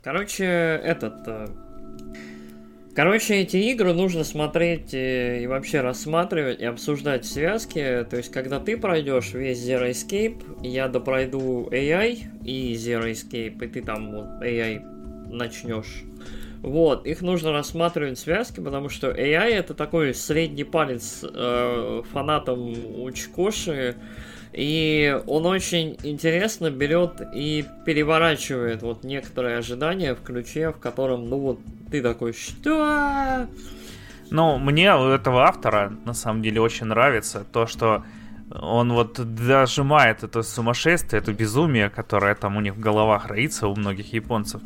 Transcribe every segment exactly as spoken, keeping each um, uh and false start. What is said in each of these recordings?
Короче, этот... э, Короче, эти игры нужно смотреть э, и вообще рассматривать и обсуждать в связке. То есть, когда ты пройдешь весь Zero Escape, я допройду эй ай и Zero Escape, и ты там вот эй ай начнешь. Вот, их нужно рассматривать в связке, потому что эй ай это такой средний палец э, фанатам Учкоши, и он очень интересно берет и переворачивает вот некоторые ожидания в ключе, в котором, ну вот, ты такой, что? Ну, мне у этого автора, на самом деле, очень нравится то, что он вот дожимает это сумасшествие, это безумие, которое там у них в головах роится, у многих японцев,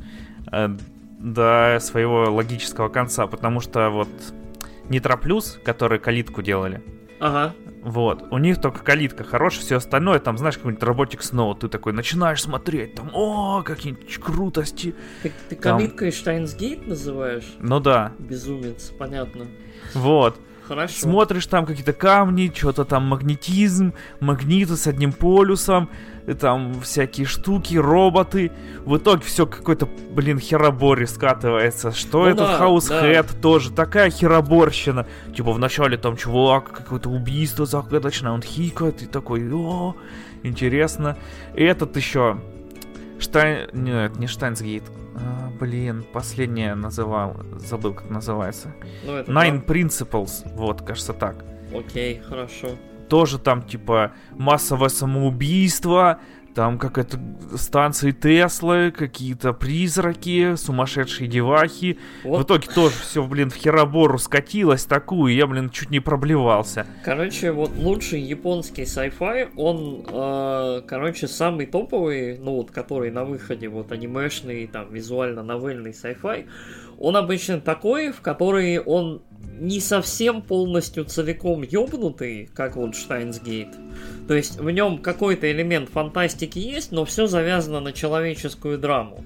до своего логического конца, потому что вот Nitro Plus, которые калитку делали, ага. Вот, у них только калитка хорошая, все остальное, там, знаешь, какой-нибудь Robotic Snow, ты такой начинаешь смотреть, там, о, какие-нибудь крутости. Ты, ты там... калиткой Steins Gate называешь? Ну да. Безумец, понятно. Вот. Хорошо. Смотришь, там какие-то камни, что-то там магнетизм, магниты с одним полюсом, и там всякие штуки, роботы. В итоге все какой-то, блин, херобори скатывается. Что ну этот да, хаус-хэт да. тоже, такая хероборщина. Типа вначале там чувак, какое-то убийство загадочное, он хикает, и такой, о, интересно. И этот еще, Штайн... Нет, не Штайнсгейт. А, блин, последнее называл, забыл, как называется. Ну, это Nine да. Principles, вот, кажется так. Окей, хорошо. Тоже там, типа, массовое самоубийство, там какая-то станция Теслы, какие-то призраки, сумасшедшие девахи. Вот. В итоге тоже все, блин, в херобору скатилось такую, я, блин, чуть не проблевался. Короче, вот лучший японский sci-fi, он, э, короче, самый топовый, ну вот, который на выходе, вот, анимешный, там, визуально-новельный sci-fi, он обычно такой, в который он не совсем полностью целиком ёбнутый, как вот Steins Gate. То есть в нем какой-то элемент фантастики есть, но все завязано на человеческую драму.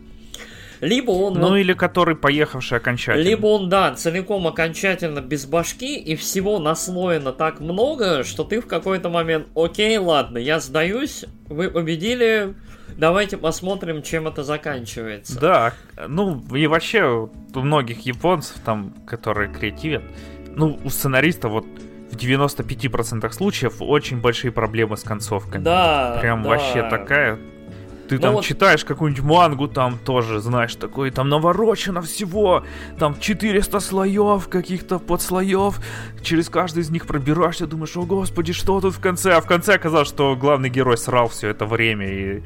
Либо он... Ну вот, или который поехавший окончательно. Либо он, да, целиком окончательно без башки, и всего наслоено так много, что ты в какой-то момент, окей, ладно, я сдаюсь, вы победили, давайте посмотрим, чем это заканчивается. Да, ну и вообще у многих японцев, там, которые креативят, ну у сценариста вот в девяносто пять процентов случаев очень большие проблемы с концовками. Да, прям да. вообще такая... Ты ну там вот... читаешь какую-нибудь мангу, там тоже, знаешь, такой, там наворочено всего, там четыреста слоев, каких-то подслоев, через каждый из них пробираешься, думаешь, о господи, что тут в конце? А в конце оказалось, что главный герой срал все это время, и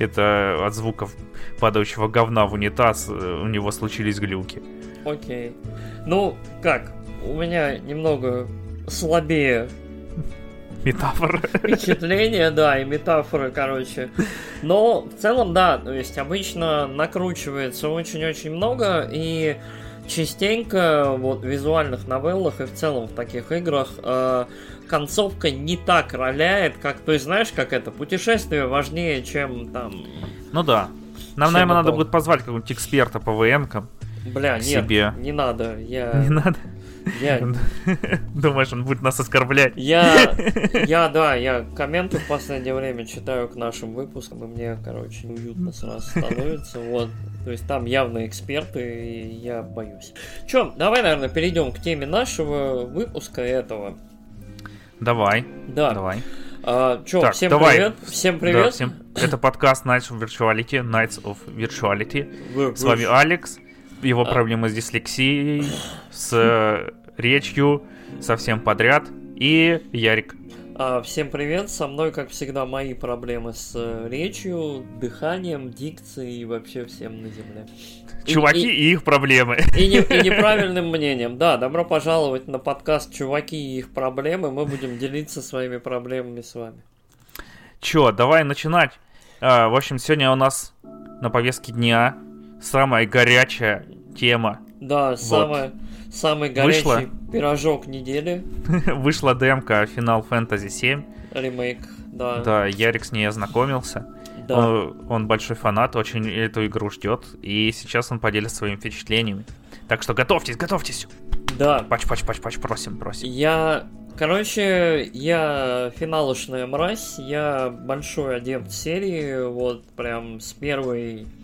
это от звуков падающего говна в унитаз у него случились глюки. Окей. Ну, как, у меня немного слабее... Метафоры. Впечатления, да, и метафоры, короче. Но в целом, да, то есть обычно накручивается очень-очень много, и частенько вот в визуальных новеллах и в целом в таких играх э, концовка не так роляет, как, то есть знаешь, как это, путешествие важнее, чем там... Ну да. Нам, наверное, надо будет позвать какого-нибудь эксперта по ВН-кам. Бля, нет, себе. не надо, я... Не надо? Я... Думаешь, он будет нас оскорблять? Я, я, да, я комменты в последнее время читаю к нашим выпускам, и мне, короче, уютно сразу становится, вот. То есть там явно эксперты, и я боюсь. Чё, давай, наверное, перейдем к теме нашего выпуска этого. Давай, да. давай. А, чё, так, всем давай. привет, всем привет. Да, всем... Это подкаст Nights of Virtuality, Nights of Virtuality. С вами Алекс. Его а. проблемы с дислексией, с речью, совсем подряд. И Ярик. А, всем привет, со мной, как всегда, мои проблемы с речью, дыханием, дикцией и вообще всем на земле. Чуваки и, и их проблемы. И, не, и неправильным мнением. Да, добро пожаловать на подкаст «Чуваки и их проблемы». Мы будем делиться своими проблемами с вами. Чё, давай начинать. А, в общем, сегодня у нас на повестке дня самая горячая тема. Да, вот. самая, самый горячий Вышла... пирожок недели. Вышла демка Final Fantasy семь. Ремейк, да. Да, Ярик с ней ознакомился. Да. Он, он большой фанат, очень эту игру ждет. И сейчас он поделится своими впечатлениями. Так что готовьтесь, готовьтесь. Да. Пач-пач-пач-пач, просим, просим. Я... Короче, я финалочная мразь, я большой адепт серии, вот прям с первой,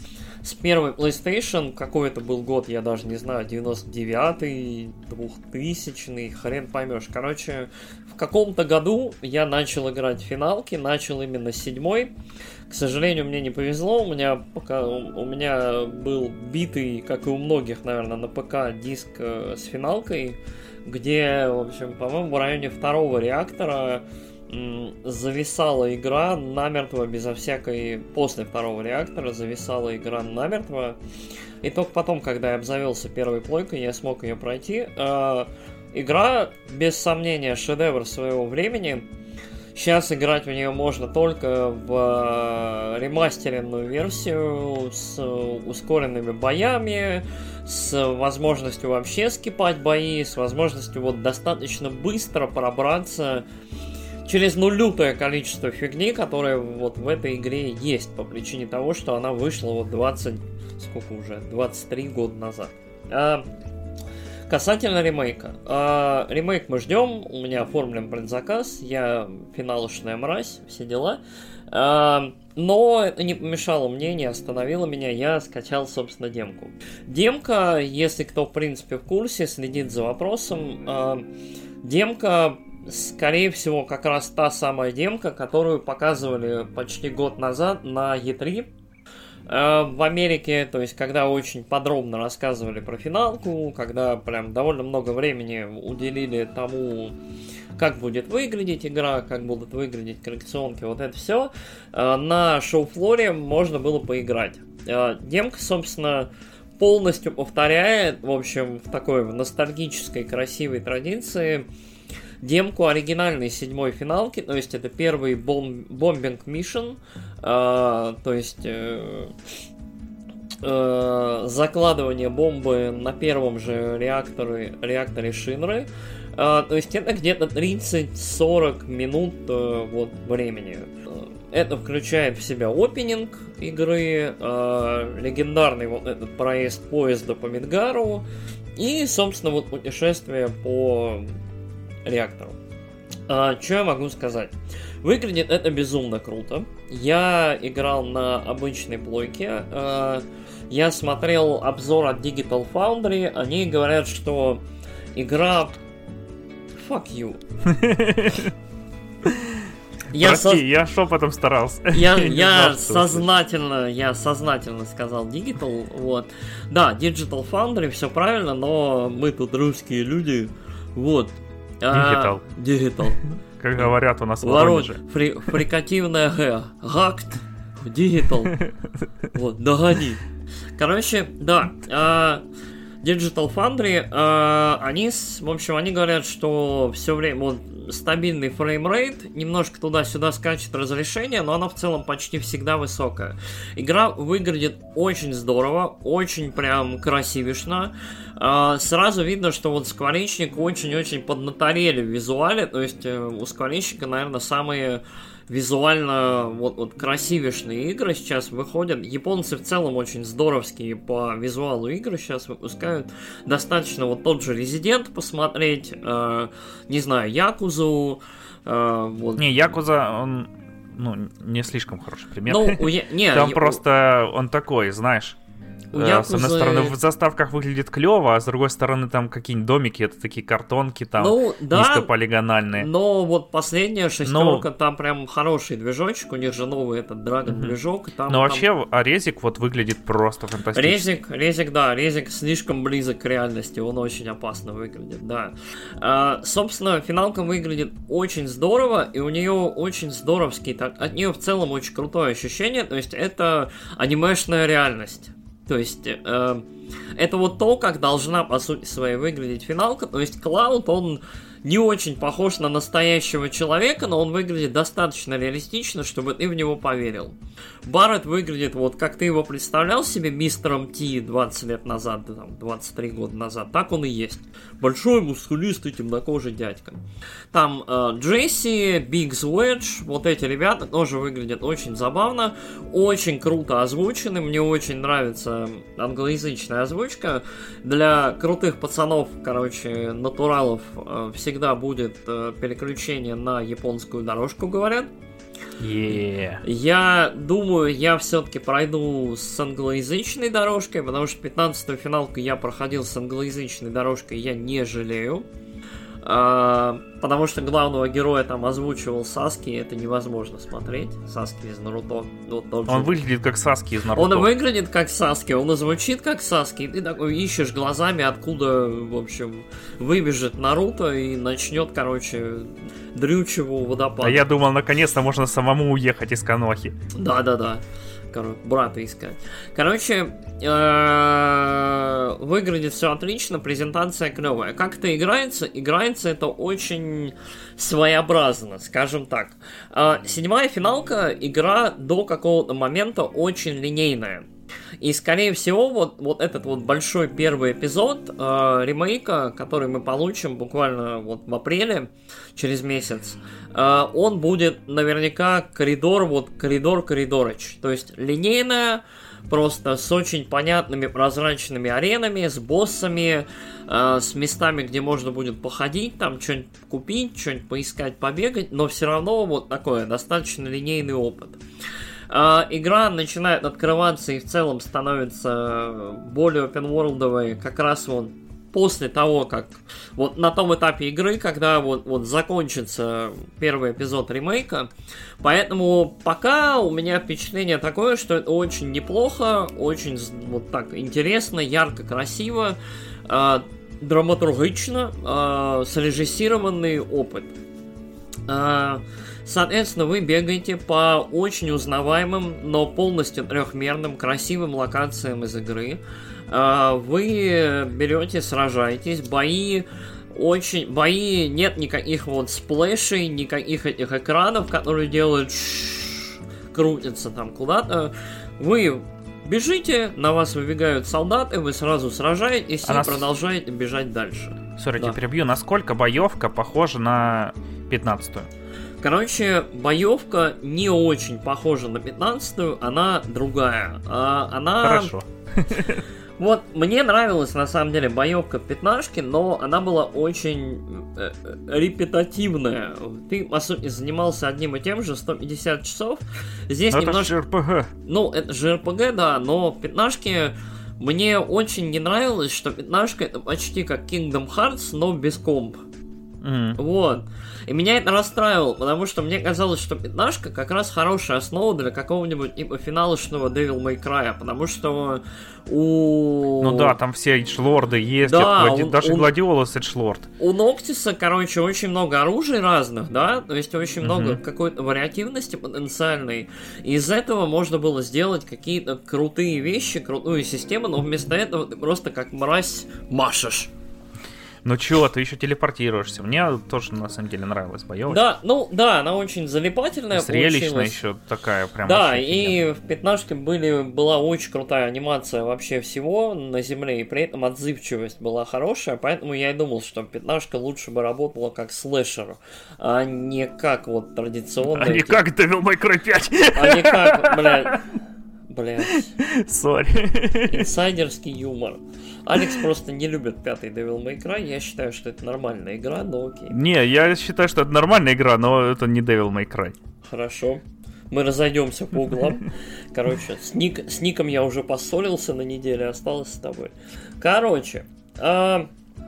с первой PlayStation, какой это был год, я даже не знаю, девяносто девятый, двухтысячный, хрен поймешь. Короче, в каком-то году я начал играть в финалки, начал именно с седьмой. К сожалению, мне не повезло, у меня, пока, у меня был битый, как и у многих, наверное, на ПК диск э, с финалкой, где, в общем, по-моему, в районе второго реактора м, зависала игра намертво, безо всякой... После второго реактора зависала игра намертво. И только потом, когда я обзавелся первой плойкой, я смог ее пройти. Э, игра, без сомнения, шедевр своего времени. Сейчас играть в нее можно только в ремастеренную версию с ускоренными боями, с возможностью вообще скипать бои, с возможностью вот достаточно быстро пробраться через ну лютое количество фигни, которое вот в этой игре есть, по причине того, что она вышла вот двадцать, сколько уже, двадцать три года назад. А, касательно ремейка. А, ремейк мы ждем, у меня оформлен предзаказ, я финалочная мразь, все дела. А, но это не помешало мне, не остановило меня, я скачал, собственно, демку. Демка, если кто, в принципе, в курсе, следит за вопросом, а, демка, скорее всего, как раз та самая демка, которую показывали почти год назад на и три в Америке, то есть когда очень подробно рассказывали про финалку, когда прям довольно много времени уделили тому, как будет выглядеть игра, как будут выглядеть коррекционки, вот это все, на шоу-флоре можно было поиграть. Демка, собственно, полностью повторяет, в общем, в такой ностальгической красивой традиции демку оригинальной седьмой финалки, то есть это первый бом- бомбинг миссион, э, то есть э, э, закладывание бомбы на первом же реакторе, реакторе Шинры, э, то есть это где-то тридцать-сорок минут э, вот, времени. Это включает в себя опенинг игры, э, легендарный вот этот проезд поезда по Мидгару и, собственно, вот путешествие по реактору. А, что я могу сказать? Выглядит это безумно круто. Я играл на обычной плойке. А, я смотрел обзор от Digital Foundry. Они говорят, что игра... Fuck you. Я Прости, со... я шепотом старался. Я, я сознательно, я сознательно сказал Digital, вот. Да, Digital Foundry, все правильно, но мы тут русские люди, вот. Digital. А, digital. Как говорят у нас в Воронеже. Фри, фрикативная Г. Гакт. Digital. Вот, догони. Короче, да. А, Digital Foundry, а, они, в общем, они говорят, что все время вот, стабильный фреймрейт, немножко туда-сюда скачет разрешение, но оно в целом почти всегда высокое. Игра выглядит очень здорово, очень прям красивишно. А, сразу видно, что вот Скворечник очень-очень поднаторели в визуале, то есть у Скворечника, наверное, самые визуально вот, вот красивишные игры сейчас выходят. Японцы в целом очень здоровские по визуалу игры сейчас выпускают. Достаточно вот тот же Resident посмотреть, э, не знаю, Якузу. Э, вот. Не, Якуза, он, ну, не слишком хороший пример. Ну, у я... не, Там я... просто он такой, знаешь. Якузы... С одной стороны, в заставках выглядит клево, а с другой стороны, там какие-нибудь домики, это такие картонки, там ну, да, низкополигональные. Но вот последняя шестерка, ну, там прям хороший движочек, у них же новый этот Dragon mm-hmm. движок. Там, но там... вообще, а Резик вот выглядит просто фантастично. Резик, Резик, да, Резик слишком близок к реальности, он очень опасно выглядит, да. А, собственно, финалка выглядит очень здорово, и у нее очень здоровский, так, от нее в целом очень крутое ощущение, то есть это анимешная реальность. То есть, э, это вот то, как должна, по сути своей, выглядеть финалка. То есть, Клауд, он не очень похож на настоящего человека, но он выглядит достаточно реалистично, чтобы ты в него поверил. Барретт выглядит вот, как ты его представлял себе мистером Ти двадцать лет назад, там, двадцать три года назад. Так он и есть. Большой, мускулистый, темнокожий дядька. Там э, Джесси, Бигс Уэдж, вот эти ребята тоже выглядят очень забавно, очень круто озвучены. Мне очень нравится англоязычная озвучка. Для крутых пацанов, короче, натуралов, э, всегда будет э, переключение на японскую дорожку, говорят. Yeah. Я думаю, я все-таки пройду с англоязычной дорожкой, потому что пятнадцатую финалку я проходил с англоязычной дорожкой, я не жалею. А, потому что главного героя там озвучивал Саски, это невозможно смотреть. Саски из Наруто. Вот тот Он же. выглядит как Саски из Наруто. Он выглядит как Саски, он звучит как Саски, и ты такой ищешь глазами, откуда, в общем, выбежит Наруто и начнет, короче, дрючеву водопада. А я думал, наконец-то можно самому уехать из Конохи. Да-да-да. Короче, брата искать. Короче, выглядит все отлично, презентация клевая. Как это играется? Играется это очень своеобразно, скажем так. Седьмая финалка, игра до какого-то момента очень линейная. И, скорее всего, вот, вот этот вот большой первый эпизод э, ремейка, который мы получим буквально вот в апреле, через месяц, э, он будет наверняка коридор, вот коридор-коридорыч. То есть линейная, просто с очень понятными прозрачными аренами, с боссами, э, с местами, где можно будет походить, там что-нибудь купить, что-нибудь поискать, побегать, но все равно вот такой достаточно линейный опыт. Uh, игра начинает открываться и в целом становится более опенворлдовой как раз вот после того, как вот на том этапе игры, когда вот, вот закончится первый эпизод ремейка. Поэтому пока у меня впечатление такое, что это очень неплохо, очень вот так интересно, ярко, красиво, uh, драматургично, uh, срежиссированный опыт. Uh, Соответственно, вы бегаете по очень узнаваемым, но полностью трехмерным, красивым локациям из игры. Вы берете, сражаетесь, бои очень... Бои, нет никаких вот сплэшей, никаких этих экранов, которые делают ш-ш-ш, крутятся там куда-то. Вы бежите, на вас выбегают солдаты, вы сразу сражаетесь а и нас... продолжаете бежать дальше. Сори, да. я перебью. Насколько боевка похожа на пятнадцатую? Короче, боевка не очень похожа на пятнадцатую, она другая. А, она... Хорошо. Вот, мне нравилась на самом деле боевка пятнашки, но она была очень э, репетативная. Ты, по сути, занимался одним и тем же сто пятьдесят часов. Здесь но немножко... это же эр пи джи. Ну, это же эр пи джи, да, но пятнашки... Мне очень не нравилось, что пятнашка это почти как Kingdom Hearts, но без комп. Mm. Вот. И меня это расстраивало, потому что мне казалось, что пятнашка как раз хорошая основа для какого-нибудь типа финалочного Devil May Cry, потому что у... Ну да, там все эджилорды есть, да, глади... он, даже он... Гладиолус эджилорд. У Ноктиса, короче, очень много оружий разных, да, то есть очень mm-hmm. много какой-то вариативности потенциальной. И из этого можно было сделать какие-то крутые вещи, крутую систему, но вместо этого ты просто как мразь машешь. Ну чё, ты еще телепортируешься. Мне тоже на самом деле нравилась боевка. Да, ну да, она очень залипательная. Зрелищная еще такая прям. Да, и в пятнашке были, была очень крутая анимация вообще всего на земле, и при этом отзывчивость была хорошая, поэтому я и думал, что пятнашка лучше бы работала как слэшер, а не как вот традиционный. А не как Devil May Cry пять. А не как, блядь. Блядь. Сори. Инсайдерский юмор. Алекс просто не любит пятый Devil May Cry. Я считаю, что это нормальная игра, но окей. Не, я считаю, что это нормальная игра, но это не Devil May Cry. Хорошо. Мы разойдемся по углам. Короче, с, ник, с ником я уже поссорился на неделю, осталось с тобой. Короче. А...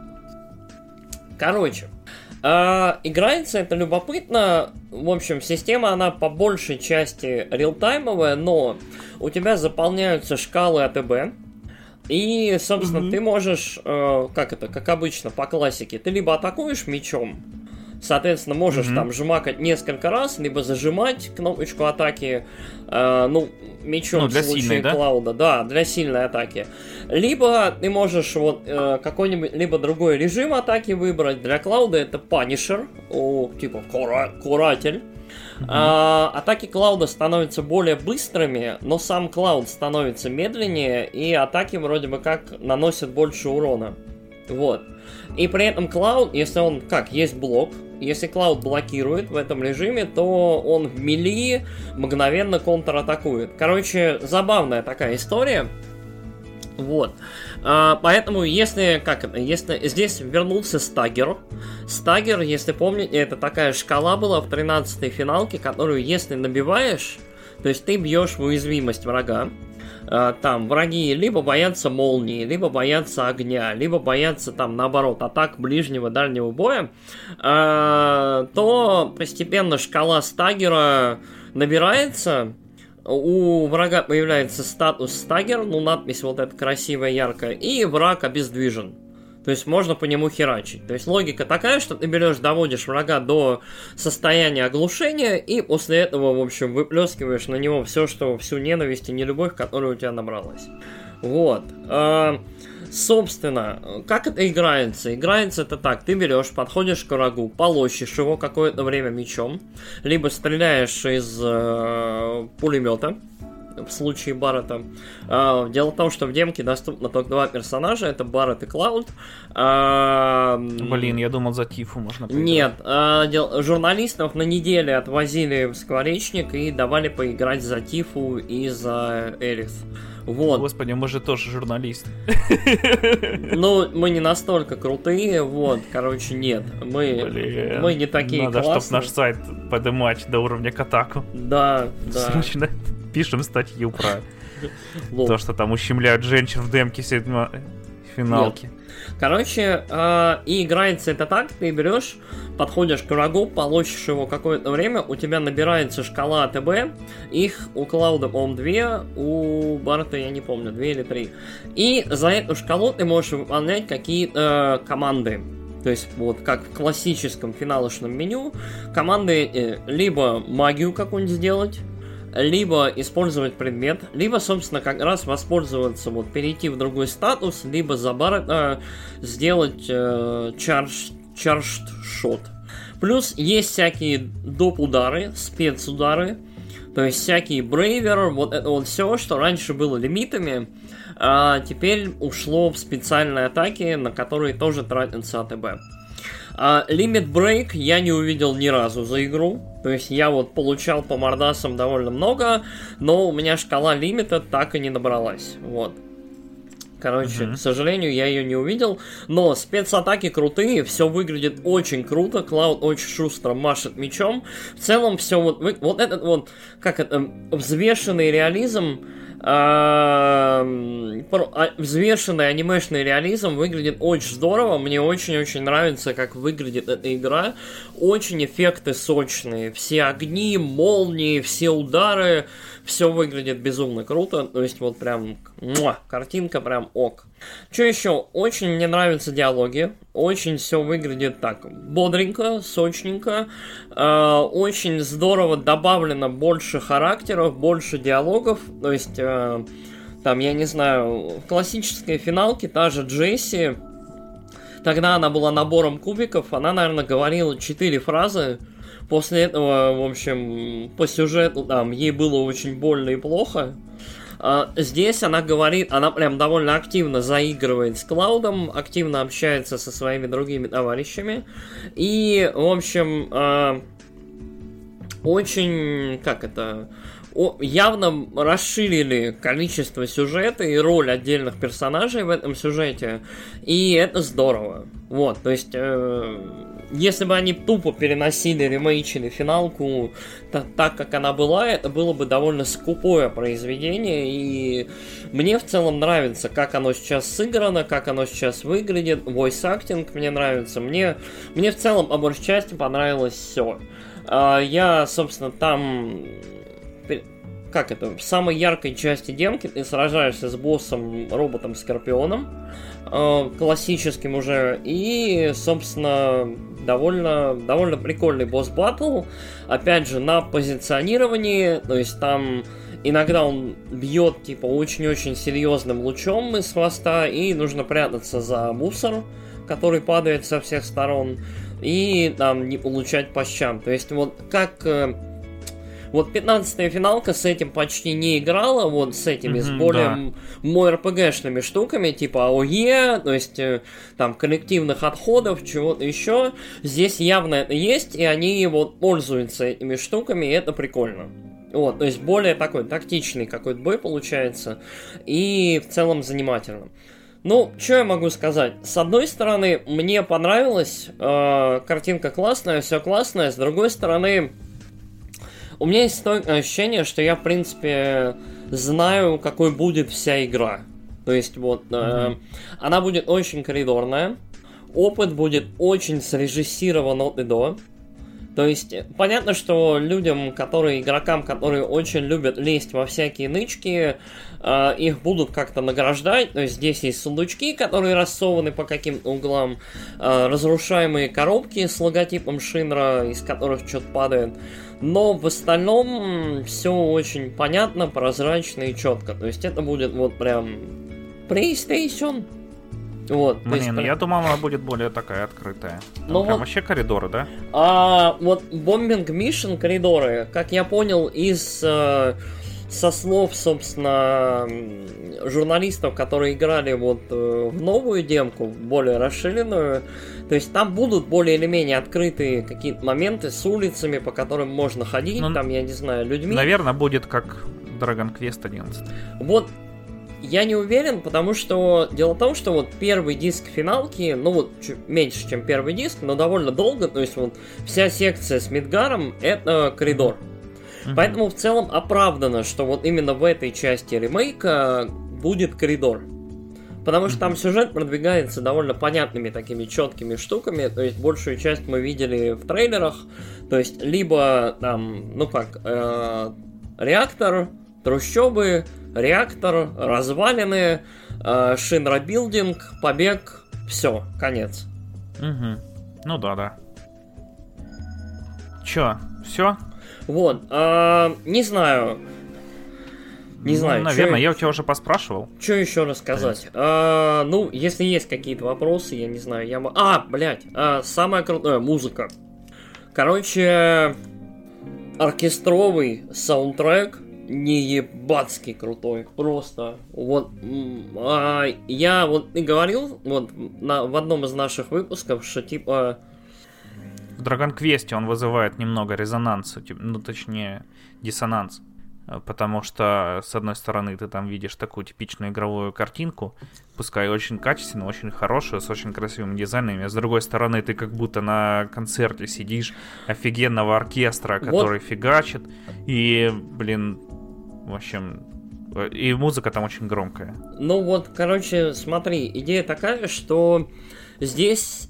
Короче. А, играется это любопытно. В общем, система, она по большей части реалтаймовая, но у тебя заполняются шкалы а тэ бэ. И, собственно, mm-hmm. ты можешь, э, как это, как обычно, по классике, ты либо атакуешь мечом, соответственно, можешь mm-hmm. там жмакать несколько раз, либо зажимать кнопочку атаки, э, ну, мечом ну, для в случае сильной, да? Клауда, да, для сильной атаки. Либо ты можешь вот э, какой-нибудь, либо другой режим атаки выбрать. Для Клауда это Punisher, о, типа кура- Куратель. Mm-hmm. А, атаки Клауда становятся более быстрыми, но сам Клауд становится медленнее, и атаки вроде бы как наносят больше урона. Вот. И при этом Клауд, если он, как, есть блок, если Клауд блокирует в этом режиме, то он в мили мгновенно контратакует. Короче, забавная такая история. Вот. А, поэтому, если, как это, если здесь вернулся стаггер, стаггер, если помните, это такая шкала была в тринадцатой финалке, которую, если набиваешь, то есть ты бьешь в уязвимость врага, а, там враги либо боятся молнии, либо боятся огня, либо боятся, там, наоборот, атак ближнего, дальнего боя, а, то постепенно шкала стаггера набирается. У врага появляется статус стаггер, ну, надпись вот эта красивая, яркая, и враг обездвижен. То есть можно по нему херачить. То есть логика такая, что ты берешь, доводишь врага до состояния оглушения, и после этого, в общем, выплескиваешь на него все, что, всю ненависть и нелюбовь, которая у тебя набралась. Вот. Собственно, как это играется? Играется это так, ты берешь, подходишь к врагу, полощешь его какое-то время мечом, либо стреляешь из э, пулемета, в случае Баррета. Э, дело в том, что в демке доступно только два персонажа, это Баррет и Клауд. Э, Блин, я думал, за Тифу можно поиграть. Нет, э, дел, журналистов на неделе отвозили в Скворечник и давали поиграть за Тифу и за Эрис. Вот. Господи, мы же тоже журналисты. Ну, мы не настолько крутые, вот, короче, нет. Мы, Блин, мы не такие надо, классные. чтобы наш сайт поднимать до уровня Котаку. Да, да. Срочно пишем статью про Лол. то, что там ущемляют женщин в демке седьмой финалки. Нет. Короче, э, и играется это так, ты берешь, подходишь к врагу, полощешь его какое-то время, у тебя набирается шкала АТБ, их у Клауда, по-моему, две, у Барта, я не помню, две или три. И за эту шкалу ты можешь выполнять какие-то э, команды. То есть, вот как в классическом финалочном меню, команды э, либо магию какую-нибудь сделать, либо использовать предмет, либо, собственно, как раз воспользоваться, вот, перейти в другой статус, либо за Баррета сделать э, charged, charged shot. Плюс есть всякие доп-удары, спецудары, то есть всякие брейвер, вот это вот все, что раньше было лимитами, а теперь ушло в специальные атаки, на которые тоже тратится АТБ. Лимит uh, брейк я не увидел ни разу за игру. То есть я вот получал по мордасам довольно много, но у меня шкала лимита так и не набралась. Вот. Короче, uh-huh. к сожалению, я ее не увидел. Но спецатаки крутые, все выглядит очень круто. Клауд очень шустро машет мечом. В целом все вот, вот этот вот, как это, взвешенный реализм, взвешенный анимешный реализм выглядит очень здорово. Мне очень-очень нравится, как выглядит эта игра. Очень эффекты сочные. Все огни, молнии, все удары. Все выглядит безумно круто. То есть вот прям муа, картинка прям ок. Что еще? Очень мне нравятся диалоги. Очень все выглядит так бодренько, сочненько. Э, очень здорово добавлено больше характеров, больше диалогов. То есть, э, там, я не знаю, в классической финалке та же Джесси, тогда она была набором кубиков, она, наверное, говорила четыре фразы. После этого, в общем, по сюжету там ей было очень больно и плохо. Uh, здесь она говорит, она прям довольно активно заигрывает с Клаудом, активно общается со своими другими товарищами. И, в общем, uh, очень, как это, о, явно расширили количество сюжета и роль отдельных персонажей в этом сюжете. И это здорово. Вот, то есть... Uh, Если бы они тупо переносили, ремейчили финалку так, так, как она была, это было бы довольно скупое произведение, и мне в целом нравится, как оно сейчас сыграно, как оно сейчас выглядит, voice-acting мне нравится, мне, мне в целом по большей части понравилось все. Я, собственно, там... Как это? В самой яркой части демки ты сражаешься с боссом, роботом-скорпионом, э, классическим уже, и, собственно, довольно, довольно прикольный босс-баттл, опять же, на позиционировании, то есть там иногда он бьет, типа, очень-очень серьезным лучом из хвоста, и нужно прятаться за мусор, который падает со всех сторон, и там не получать по щам. То есть вот как... Вот пятнадцатая финалка с этим почти не играла, вот с этими, mm-hmm, с более да. МО-РПГшными штуками, типа АОЕ, то есть там коллективных отходов, чего-то еще. Здесь явно это есть, и они вот пользуются этими штуками, и это прикольно. Вот, то есть более такой тактичный какой-то бой получается. И в целом занимательно. Ну, что я могу сказать? С одной стороны, мне понравилось, э, картинка классная, все классное. С другой стороны, у меня есть ощущение, что я, в принципе, знаю, какой будет вся игра. То есть, вот, э, mm-hmm. она будет очень коридорная, опыт будет очень срежиссирован от и до. То есть, понятно, что людям, которые, игрокам, которые очень любят лезть во всякие нычки, э, их будут как-то награждать. То есть, здесь есть сундучки, которые рассованы по каким-то углам, э, разрушаемые коробки с логотипом Шинра, из которых что-то падает. Но в остальном все очень понятно, прозрачно и четко. То есть, это будет вот прям PlayStation. Вот, Блин, есть, я прям... думал, она будет более такая открытая. Там ну, прям вот... вообще коридоры, да? А вот Bombing Mission коридоры, как я понял из э, со слов, собственно, журналистов, которые играли вот э, в новую демку, более расширенную, то есть там будут более или менее открытые какие-то моменты с улицами, по которым можно ходить, ну, там, я не знаю, людьми. Наверное, будет как Dragon Quest одиннадцать. Вот. Я не уверен, потому что дело в том, что вот первый диск финалки, ну вот чуть меньше, чем первый диск, но довольно долго, то есть вот вся секция с Мидгаром это коридор. Mm-hmm. Поэтому в целом оправдано, что вот именно в этой части ремейка будет коридор. Потому что mm-hmm. там сюжет продвигается довольно понятными такими четкими штуками, то есть большую часть мы видели в трейлерах, то есть либо там, ну как, э, реактор, трущобы, реактор, развалины, э, Шинра билдинг, побег, все, конец. Угу. Ну да, да. Чё, все? Вот, э, не знаю. Не ну, знаю. Наверное, чё... я у тебя уже поспрашивал. Что еще рассказать? Э, ну, если есть какие-то вопросы, я не знаю, я... А, блядь, э, самая крутая музыка. Короче, оркестровый саундтрек не ебацкий крутой, просто вот а, я вот и говорил вот на, в одном из наших выпусков, что типа в Dragon Quest он вызывает немного резонанса, ну точнее диссонанс, потому что с одной стороны ты там видишь такую типичную игровую картинку, пускай очень качественную, очень хорошую, с очень красивыми дизайнами, а с другой стороны ты как будто на концерте сидишь офигенного оркестра, который вот. Фигачит, и, блин, в общем, и музыка там очень громкая. Ну вот, короче, смотри, идея такая, что здесь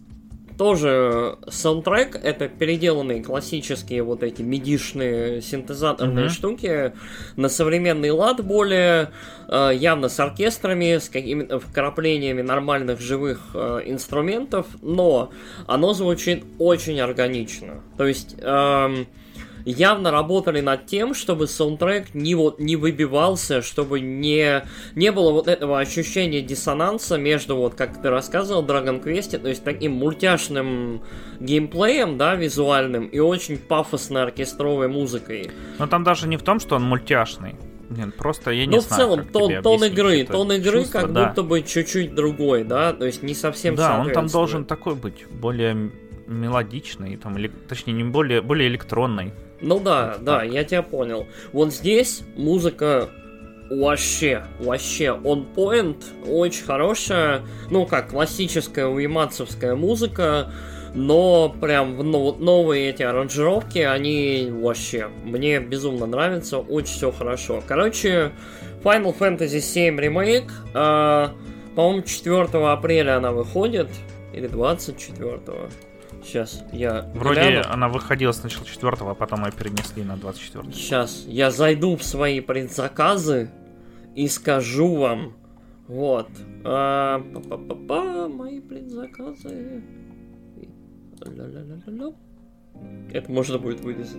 тоже саундтрек, это переделанные классические вот эти мидишные синтезаторные mm-hmm. штуки на современный лад более, э, явно с оркестрами, с какими-то вкраплениями нормальных живых э, инструментов, но оно звучит очень органично. То есть... Э, явно работали над тем, чтобы саундтрек не, вот, не выбивался, чтобы не, не было вот этого ощущения диссонанса между, вот как ты рассказывал, Dragon Quest, то есть таким мультяшным геймплеем, да, визуальным, и очень пафосной оркестровой музыкой. Но там даже не в том, что он мультяшный. Нет, просто я не ну, знаю, в целом, как тон, тебе тон игры, это тон игры чувство, как да. будто бы чуть-чуть другой, да, то есть не совсем да, он там должен такой быть, более мелодичный, там, или, точнее, не более, более электронный. Ну да, да, так. Я тебя понял. Вот здесь музыка вообще, вообще on point, очень хорошая, ну как, классическая уэмацевская музыка, но прям ну, новые эти аранжировки, они вообще, мне безумно нравятся, очень все хорошо. Короче, Final Fantasy семь ремейк, э, по-моему, четвёртого апреля она выходит, или двадцать четвёртого. Сейчас я Вроде гляну. Она выходила сначала четвёртого, а потом ее перенесли на двадцать четвёртое. Сейчас я зайду в свои предзаказы и скажу вам. Вот. А, па-па-па-па, мои предзаказы. Ля-ля-ля-ля-ля. Это можно будет вырезать.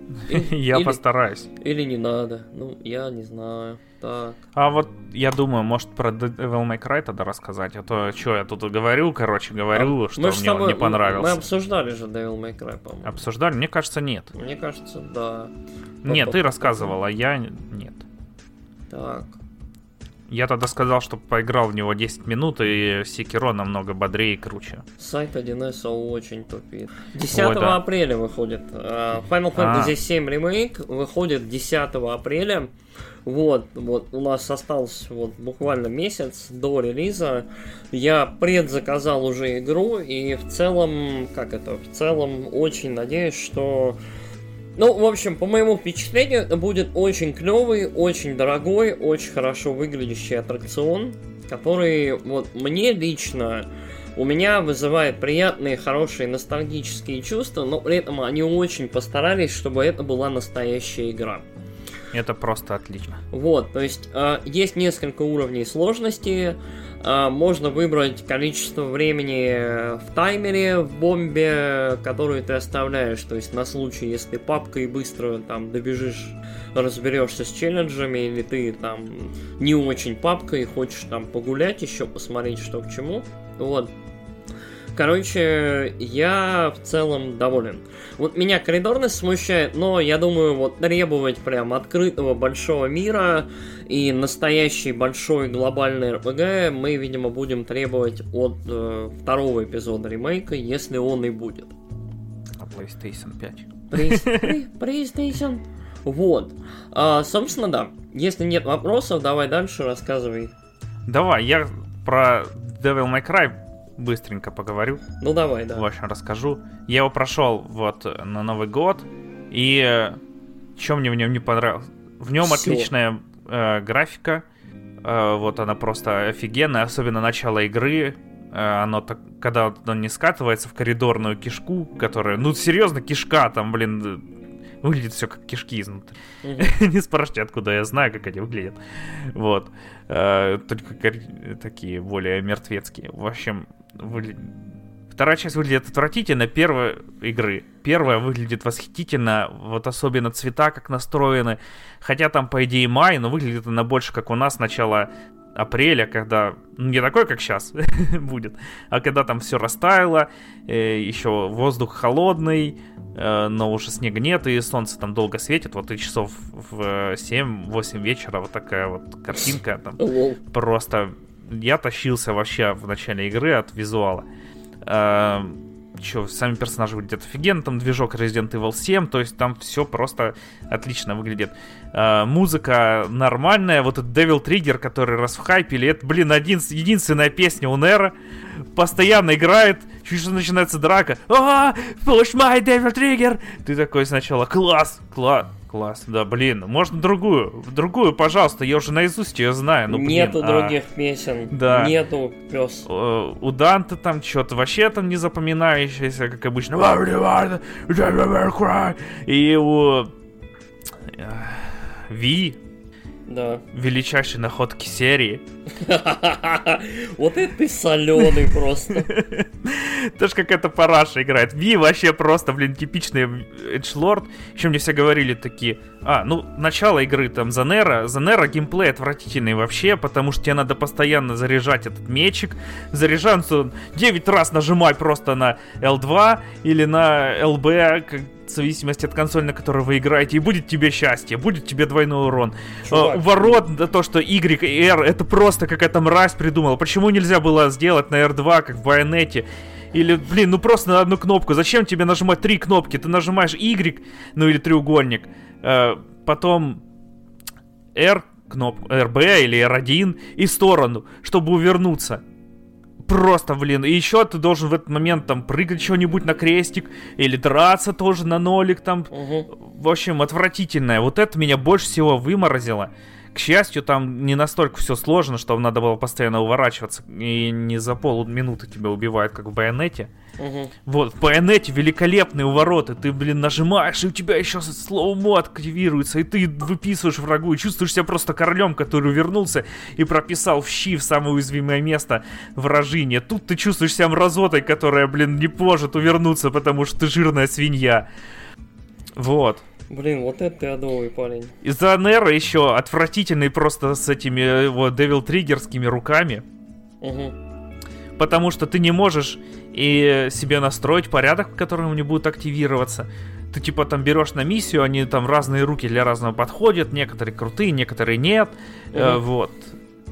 Я постараюсь. Или не надо. Ну, я не знаю. Так. А вот я думаю, может про Devil May Cry тогда рассказать. А то, что я тут говорю, короче, говорю, а что мне он не понравился. Мы обсуждали же Devil May Cry, по-моему. Обсуждали? Мне кажется, нет. Мне кажется, да. Нет, ты рассказывал, а я нет. Так. Я тогда сказал, что поиграл в него десять минут, и Sekiro намного бодрее и круче. Сайт один эс очень тупит. десятого Ой, да. апреля выходит. Final Fantasy семь Remake выходит десятого апреля. Вот, вот, у нас остался вот буквально месяц до релиза. Я предзаказал уже игру, и в целом, как это, в целом очень надеюсь, что... Ну, в общем, по моему впечатлению, это будет очень клевый, очень дорогой, очень хорошо выглядящий аттракцион, который вот мне лично, у меня вызывает приятные, хорошие, ностальгические чувства, но при этом они очень постарались, чтобы это была настоящая игра. Это просто отлично. Вот, то есть э, есть несколько уровней сложности. Э, можно выбрать количество времени в таймере, в бомбе, которую ты оставляешь. То есть на случай, если ты папкой быстро там добежишь, разберешься с челленджами, или ты там не очень папкой и хочешь там погулять еще, посмотреть, что к чему. Вот. Короче, я в целом доволен. Вот меня коридорность смущает, но я думаю, вот требовать прям открытого большого мира и настоящий большой глобальный эр пи джи мы, видимо, будем требовать от э, второго эпизода ремейка, если он и будет. А PlayStation пять? PlayStation. Вот. А, собственно, да. Если нет вопросов, давай дальше рассказывай. Давай, я про Devil May Cry быстренько поговорю. Ну давай, да. В общем, расскажу. Я его прошел вот на Новый год, и что мне в нем не понравилось? В нем Всё. отличная э, графика, э, вот она просто офигенная, особенно начало игры. Э, оно так, когда он не скатывается в коридорную кишку, которая, ну серьезно, кишка там, блин, выглядит все как кишки изнутри. Mm-hmm. Не спрашивайте, откуда я знаю, как они выглядят. Вот. Э, только кор- такие более мертвецкие. В общем, выгля... вторая часть выглядит отвратительно, первая игры. Первая выглядит восхитительно, вот особенно цвета как настроены. Хотя там, по идее, май, но выглядит она больше, как у нас, начало апреля, когда, ну, не такой, как сейчас будет, а когда там все растаяло, э, еще воздух холодный, э, но уже снега нет, и солнце там долго светит, вот и часов в семь-восемь вечера вот такая вот картинка там. Просто я тащился вообще в начале игры от визуала. Э, Че, сами персонажи выглядят офигенно, там движок Resident Evil семь, то есть там все просто отлично выглядит. Э, музыка нормальная, вот этот Devil Trigger, который раз в хайпе, это, блин, один, единственная песня у Нера, постоянно играет, чуть что начинается драка, а, push my Devil Trigger, ты такой сначала, класс, класс, класс, да, блин, можно другую, другую, пожалуйста, я уже наизусть ее знаю, ну, блин. Нету а, других песен, да. Нету, пес. У Данте там что-то вообще там не запоминающееся, как обычно, и у Ви, да. Величайшей находки серии. Вот это ты соленый просто. Тоже какая-то параша играет. Ви вообще просто, блин, типичный эджилорд. Еще мне все говорили такие: а, ну, начало игры там за Нера. За Нера геймплей отвратительный вообще, потому что тебе надо постоянно заряжать этот мечик. Заряжается он девять раз, нажимай просто на эл два или на эл би, как в зависимости от консоли, на которой вы играете, и будет тебе счастье, будет тебе двойной урон. Чувак, ворот, да, то, что Y и R, это просто какая-то мразь придумала. Почему нельзя было сделать на эр два, как в Байонете? Или, блин, ну просто на одну кнопку. Зачем тебе нажимать три кнопки? Ты нажимаешь Y, ну или треугольник, э, потом R, кнопку, эр би или эр один и сторону, чтобы увернуться. Просто, блин, и еще ты должен в этот момент там прыгать что-нибудь на крестик или драться тоже на нолик там. Угу. В общем, отвратительное. Вот это меня больше всего выморозило. К счастью, там не настолько все сложно, что надо было постоянно уворачиваться, и не за полминуты тебя убивают, как в Байонете. Угу. Вот, в Байонете великолепные увороты. Ты, блин, нажимаешь, и у тебя еще слоумо активируется, и ты выписываешь врагу, и чувствуешь себя просто королем, который увернулся и прописал в щи в самое уязвимое место вражине. Тут ты чувствуешь себя мразотой, которая, блин, не может увернуться, потому что ты жирная свинья. Вот. Блин, вот это ты адовый парень. Из-за Нера еще отвратительный просто с этими его Devil Triggerскими руками. Угу. Потому что ты не можешь и себе настроить порядок, в котором они будут активироваться. Ты типа там берешь на миссию, они там разные руки для разного подходят. Некоторые крутые, некоторые нет. Угу. Э, вот.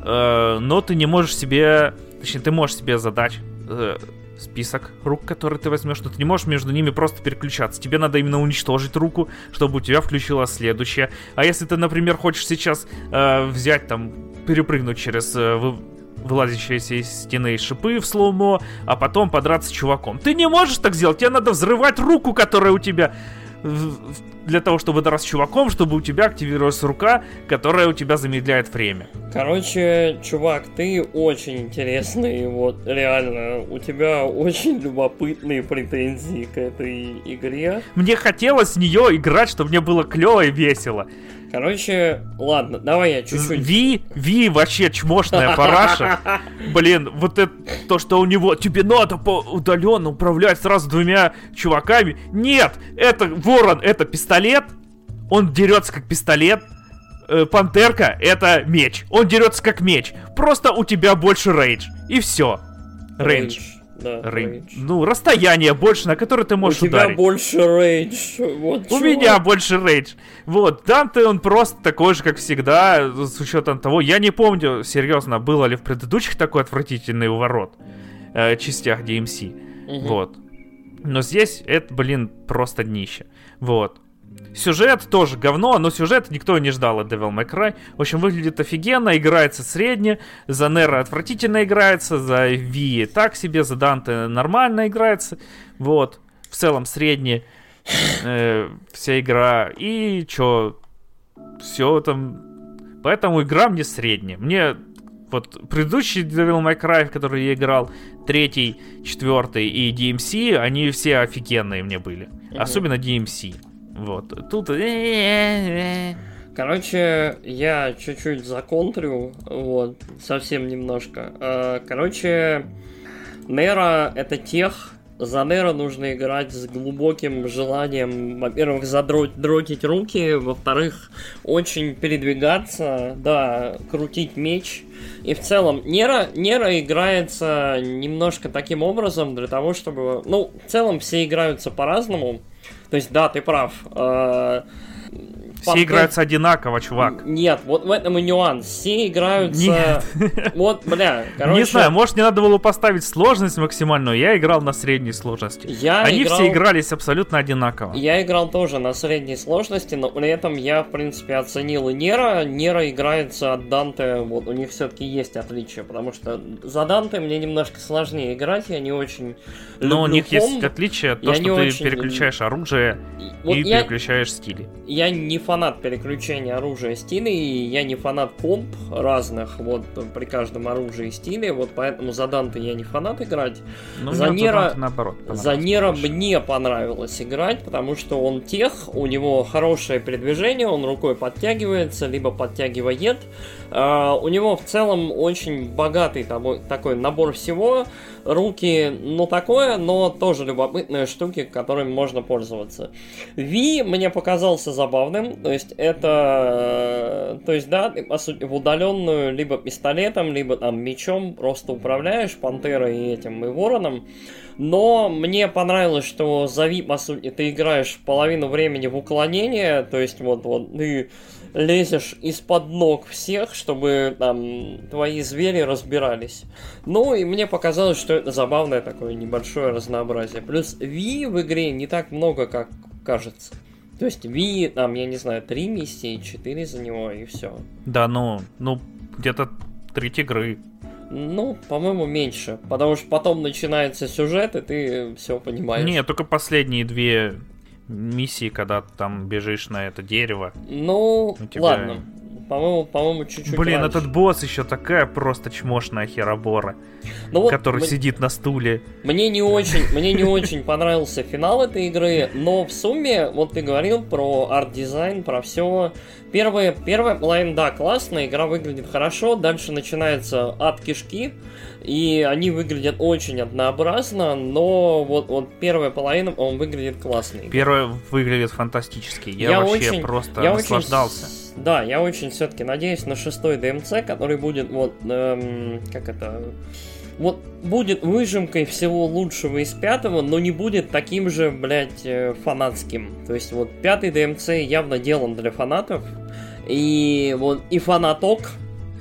э, но ты не можешь себе... Точнее, ты можешь себе задать э, список рук, которые ты возьмешь, но ты не можешь между ними просто переключаться. Тебе надо именно уничтожить руку, чтобы у тебя включилась следующая. А если ты, например, хочешь сейчас э, взять там, перепрыгнуть через... Э, вы... вылазящиеся из стены шипы в слоумо, а потом подраться с чуваком. Ты не можешь так сделать, тебе надо взрывать руку, которая у тебя... Для того, чтобы драться с чуваком, чтобы у тебя активировалась рука, которая у тебя замедляет время. Короче, чувак, ты очень интересный, вот, реально, у тебя очень любопытные претензии к этой игре. Мне хотелось в нее играть, чтобы мне было клево и весело. Короче, ладно, давай я чуть-чуть... Ви, Ви вообще чмошная параша. Блин, вот это то, что у него... Тебе надо по удаленно управлять сразу двумя чуваками. Нет, это ворон, это пистолет. Он дерется как пистолет. Э, пантерка, это меч. Он дерется как меч. Просто у тебя больше рейдж. И все. Рейдж. Да, рейдж. Ну, расстояние больше, на которое ты можешь ударить. У тебя больше рейдж. Вот У чувак. меня больше рейдж. Вот, Данте он просто такой же, как всегда, с учетом того, я не помню, серьезно, было ли в предыдущих такой отвратительный уворот э, частях ди эм си. Угу. Вот. Но здесь это, блин, просто днище. Вот. Сюжет тоже говно, но сюжет никто не ждал от Devil May Cry. В общем, выглядит офигенно, играется средне. За Неро отвратительно играется, за Ви так себе, за Данте нормально играется. Вот. В целом средне э, вся игра. И чё? Все там... Поэтому игра мне средняя. Мне... Вот предыдущий Devil May Cry, в который я играл, третий, четвертый и ди эм си, они все офигенные мне были. Mm-hmm. Особенно ди эм си. Вот, тут... Короче, я чуть-чуть законтрю, вот, совсем немножко. Короче, Неро — это тех... За Неро нужно играть с глубоким желанием, во-первых, задротить руки, во-вторых, очень передвигаться, да, крутить меч. И в целом, Неро, Неро играется немножко таким образом для того, чтобы... Ну, в целом все играются по-разному. То есть, да, ты прав. Все Панте... играются одинаково, чувак. Нет, вот в этом и нюанс. Все играются... Нет. Вот, бля, короче... Не знаю, может, не надо было поставить сложность максимальную. Я играл на средней сложности. Я Они играл... все игрались абсолютно одинаково. Я играл тоже на средней сложности, но при этом я, в принципе, оценил и Неро. Неро играется от Данте, вот, у них все-таки есть отличия, потому что за Данте мне немножко сложнее играть, я не очень люблю Но у них комб. Есть отличие, то, я что ты очень... переключаешь оружие вот и я... переключаешь стили. Я не фанат переключения оружия и стилей, и я не фанат комп разных, вот, при каждом оружии и стиле, вот поэтому за Данте я не фанат играть. Ну, за Неро, наоборот, за Неро мне понравилось играть, потому что он тех, у него хорошее передвижение, он рукой подтягивается, либо подтягивает. Uh, у него в целом очень богатый там, такой набор всего. Руки, ну такое, но тоже любопытные штуки, которыми можно пользоваться. Ви мне показался забавным, то есть это, то есть да, ты по сути в удаленную либо пистолетом, либо там мечом просто управляешь пантерой и этим, и вороном. Но мне понравилось, что за Ви, по сути, ты играешь половину времени в уклонение, то есть вот, вот ты лезешь из-под ног всех, чтобы там твои звери разбирались. Ну и мне показалось, что это забавное такое небольшое разнообразие. Плюс Ви в игре не так много, как кажется. То есть Ви, там, я не знаю, три миссии, четыре за него и все. Да, ну, ну где-то треть игры. Ну, по-моему, меньше. Потому что потом начинается сюжет, и ты все понимаешь. Не, только последние две миссии, когда ты там бежишь на это дерево. Ну, тебя... ладно. По-моему, по-моему, чуть-чуть Блин, раньше. Этот босс еще такая просто чмошная херобора, ну, который вот сидит на стуле. Мне не очень, мне не очень понравился финал этой игры, но в сумме, вот ты говорил про арт-дизайн, про все. Первая, первая половина, да, классная, игра выглядит хорошо, дальше начинается ад кишки, и они выглядят очень однообразно, но вот, вот первая половина, он выглядит классно. Первая выглядит фантастически, я, я вообще очень, просто я наслаждался. Очень... Да, я очень все-таки надеюсь на шестой ди эм си, который будет вот, эм, как это, вот будет выжимкой всего лучшего из пятого, но не будет таким же, блядь, фанатским. То есть вот пятый ди эм си явно делан для фанатов, и вот и фанаток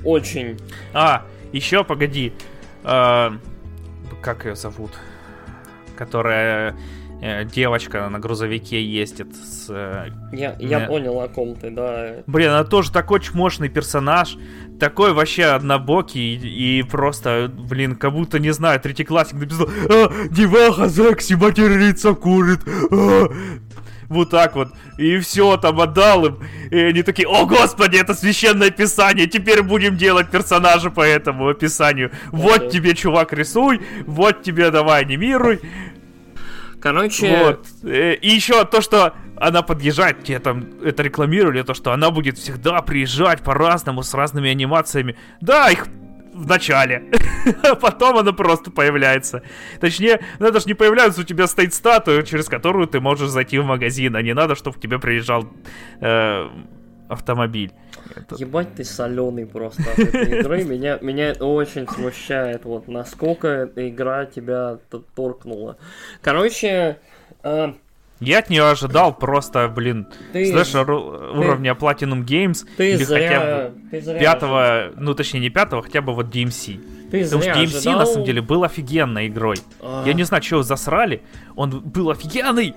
Очень. А, еще, погоди. А, как ее зовут? Которая... Девочка на грузовике ездит с... Я, я не... понял, о ком ты, да. Блин, она тоже такой чмошный персонаж. Такой вообще однобокий. И, и просто, блин, как будто, не знаю, третьеклассник написал: а, деваха секси, материца курит. А! Вот так вот. И все, там отдал им. И они такие: о, господи, это священное писание. Теперь будем делать персонажа по этому описанию. Вот okay. тебе, чувак, рисуй. Вот тебе, давай, анимируй. Короче... Вот. И еще то, что она подъезжает, тебе там это рекламировали, то, что она будет всегда приезжать по-разному, с разными анимациями. Да, их в начале. А потом она просто появляется. Точнее, она даже не появляется, у тебя стоит статуя, через которую ты можешь зайти в магазин, а не надо, чтобы к тебе приезжал э, автомобиль. Это... Ебать ты соленый просто от этой игры. Меня, меня это очень смущает, вот насколько эта игра тебя торкнула. Короче... Э... Я от нее ожидал просто, блин, ты, слэшер ты, уровня Platinum Games. Ты или зря, хотя бы ты зря пятого, ожидал. Ну точнее не пятого, хотя бы вот ди эм си. Ты Потому что ди эм си ожидал... на самом деле был офигенной игрой. А... Я не знаю, что его засрали. Он был офигенный.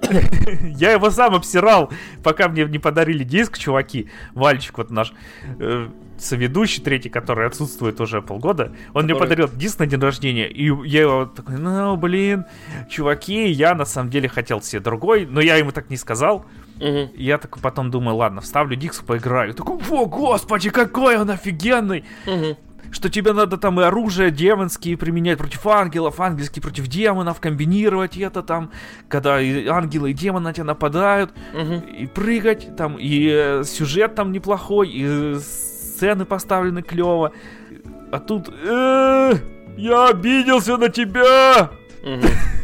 Я его сам обсирал, пока мне не подарили диск, чуваки. Вальчик вот наш э, соведущий третий, который отсутствует уже полгода. Он который... мне подарил диск на день рождения. И я его такой: ну блин, чуваки, я на самом деле хотел себе другой. Но я ему так не сказал. Угу. Я такой потом думаю: ладно, вставлю диск, поиграю. Такой: о, господи, какой он офигенный. Угу. Что тебе надо там и оружие демонские применять против ангелов, ангельские против демонов, комбинировать это там, когда и ангелы и демоны на тебя нападают, угу. и прыгать там, и э, сюжет там неплохой, и сцены поставлены клево. А тут э, я обиделся на тебя. Угу.